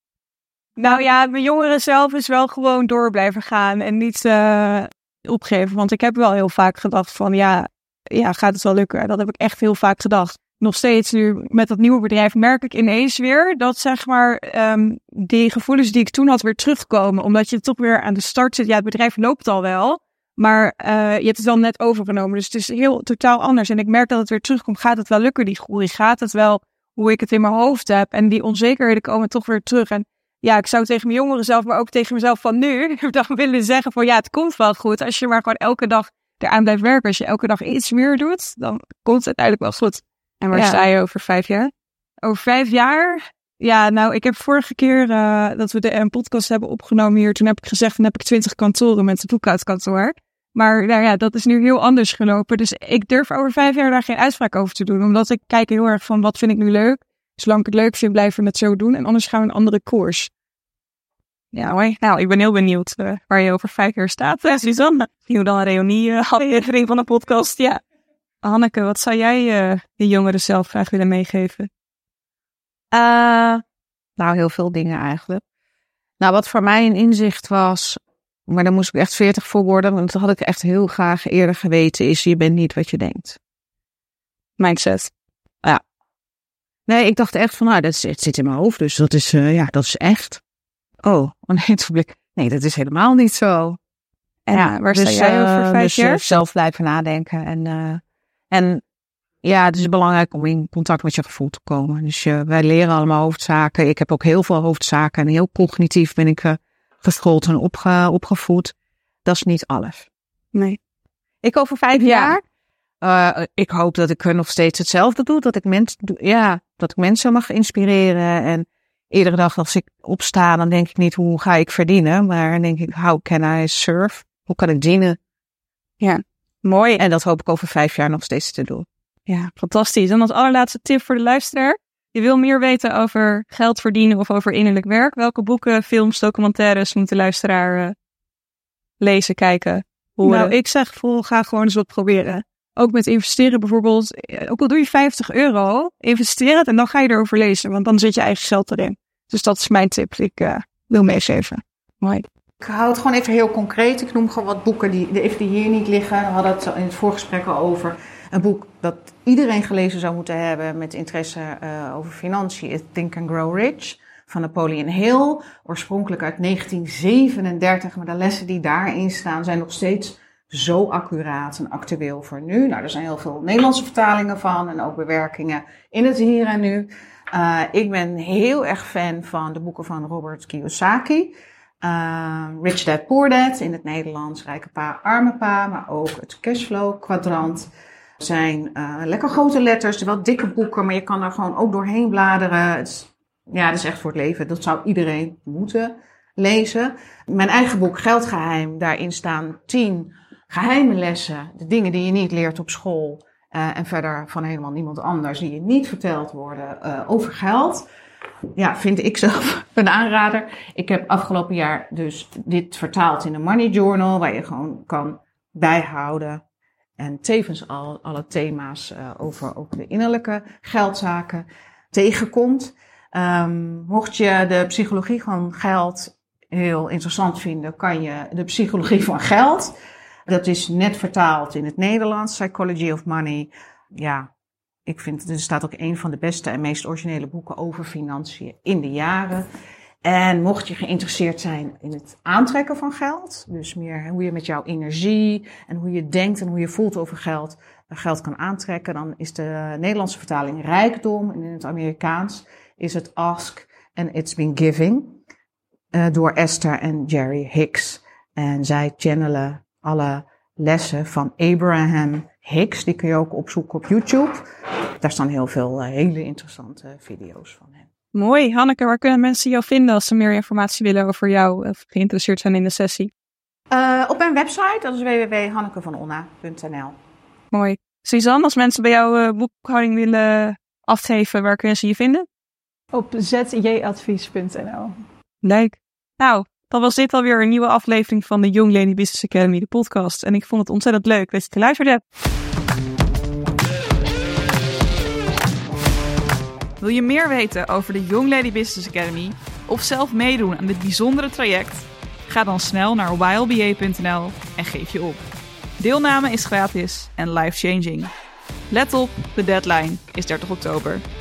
Nou ja, mijn jongeren zelf is wel gewoon door blijven gaan en niet uh, opgeven. Want ik heb wel heel vaak gedacht van ja, ja, gaat het wel lukken? Dat heb ik echt heel vaak gedacht. Nog steeds nu met dat nieuwe bedrijf merk ik ineens weer dat zeg maar um, die gevoelens die ik toen had weer terugkomen. Omdat je toch weer aan de start zit. Ja, het bedrijf loopt al wel. Maar uh, je hebt het wel net overgenomen. Dus het is heel totaal anders. En ik merk dat het weer terugkomt. Gaat het wel lukken, die groei? Gaat het wel hoe ik het in mijn hoofd heb? En die onzekerheden komen toch weer terug. En ja, ik zou tegen mijn jongeren zelf, maar ook tegen mezelf van nu, dan willen zeggen van ja, het komt wel goed. Als je maar gewoon elke dag eraan blijft werken. Als je elke dag iets meer doet, dan komt het uiteindelijk wel goed. En waar ja. sta je over vijf jaar? Over vijf jaar? Ja, nou, ik heb vorige keer uh, dat we de een podcast hebben opgenomen hier, toen heb ik gezegd, dan heb ik twintig kantoren met het boekhoudkantoor. Maar nou ja, dat is nu heel anders gelopen. Dus ik durf over vijf jaar daar geen uitspraak over te doen. Omdat ik kijk heel erg van, wat vind ik nu leuk? Zolang ik het leuk vind, blijven we het zo doen. En anders gaan we een andere koers. Ja hoor. Nou, ik ben heel benieuwd uh, waar je over vijf jaar staat. Ja, Suzanne. Nieuw dan een reunie-aflevering uh, van een podcast. Ja. Hanneke, wat zou jij uh, de jongeren zelf graag willen meegeven? Uh, nou, heel veel dingen eigenlijk. Nou, wat voor mij een inzicht was, maar daar moest ik echt veertig voor worden, want dat had ik echt heel graag eerder geweten, is je bent niet wat je denkt. Mindset. Ja. Nee, ik dacht echt van, nou, dat zit, zit in mijn hoofd, dus dat is, uh, ja, dat is echt. Oh, nee, nee, dat is helemaal niet zo. En ja, waar dus, sta jij over vijf dus, jaar? Uh, zelf blijven nadenken en, uh, en ja, het is belangrijk om in contact met je gevoel te komen. Dus uh, wij leren allemaal hoofdzaken. Ik heb ook heel veel hoofdzaken en heel cognitief ben ik uh, geschoold en opge, opgevoed. Dat is niet alles. Nee. Ik over vijf ja. jaar, uh, ik hoop dat ik nog steeds hetzelfde doe. Dat ik mensen, ja, dat ik mensen mag inspireren. En iedere dag als ik opsta, dan denk ik niet hoe ga ik verdienen. Maar dan denk ik, how can I serve? Hoe kan ik dienen? Ja, mooi. En dat hoop ik over vijf jaar nog steeds te doen. Ja, fantastisch. En als allerlaatste tip voor de luisteraar. Je wil meer weten over geld verdienen of over innerlijk werk. Welke boeken, films, documentaires moet de luisteraar uh, lezen, kijken, horen? Nou, ik zeg vooral ga gewoon eens wat proberen. Ook met investeren bijvoorbeeld. Ook al doe je vijftig euro, investeer het en dan ga je erover lezen. Want dan zit je eigen geld erin. Dus dat is mijn tip die ik uh, wil meegeven. Mooi. Ik hou het gewoon even heel concreet. Ik noem gewoon wat boeken die, even die hier niet liggen. We hadden het in het voorgesprek al over. Een boek dat iedereen gelezen zou moeten hebben met interesse uh, over financiën is Think and Grow Rich van Napoleon Hill. Oorspronkelijk uit negentien zevenendertig, maar de lessen die daarin staan zijn nog steeds zo accuraat en actueel voor nu. Nou, er zijn heel veel Nederlandse vertalingen van en ook bewerkingen in het hier en nu. Uh, ik ben heel erg fan van de boeken van Robert Kiyosaki. Uh, Rich Dad Poor Dad in het Nederlands, Rijke Pa, Arme Pa, maar ook het Cashflow Kwadrant. Zijn uh, lekker grote letters, wel dikke boeken, maar je kan er gewoon ook doorheen bladeren. Het is, ja, dat is echt voor het leven. Dat zou iedereen moeten lezen. Mijn eigen boek Geldgeheim, daarin staan tien geheime lessen. De dingen die je niet leert op school. Uh, en verder van helemaal niemand anders, die je niet verteld worden uh, over geld. Ja, vind ik zelf een aanrader. Ik heb afgelopen jaar dus dit vertaald in een money journal, waar je gewoon kan bijhouden. En tevens al alle thema's uh, over ook de innerlijke geldzaken tegenkomt. Um, mocht je de psychologie van geld heel interessant vinden, kan je de psychologie van geld. Dat is net vertaald in het Nederlands, Psychology of Money. Ja, ik vind, er staat ook een van de beste en meest originele boeken over financiën in de jaren. En mocht je geïnteresseerd zijn in het aantrekken van geld, dus meer hoe je met jouw energie en hoe je denkt en hoe je voelt over geld, geld kan aantrekken, dan is de Nederlandse vertaling Rijkdom en in het Amerikaans is het Ask and It's Been Giving, uh, door Esther en Jerry Hicks. En zij channelen alle lessen van Abraham Hicks, die kun je ook opzoeken op YouTube. Daar staan heel veel uh, hele interessante video's van hem. Mooi. Hanneke, waar kunnen mensen jou vinden als ze meer informatie willen over jou of geïnteresseerd zijn in de sessie? Uh, op mijn website, dat is w w w punt hanneke van onna punt n l. Mooi. Suzanne, als mensen bij jou uh, boekhouding willen afgeven, waar kunnen ze je vinden? Op z j advies punt n l. Leuk. Nou, dan was dit alweer een nieuwe aflevering van de Young Lady Business Academy, de podcast. En ik vond het ontzettend leuk dat je geluisterd hebt. Wil je meer weten over de Young Lady Business Academy of zelf meedoen aan dit bijzondere traject? Ga dan snel naar y l b a punt n l en geef je op. Deelname is gratis en life-changing. Let op, de deadline is dertig oktober.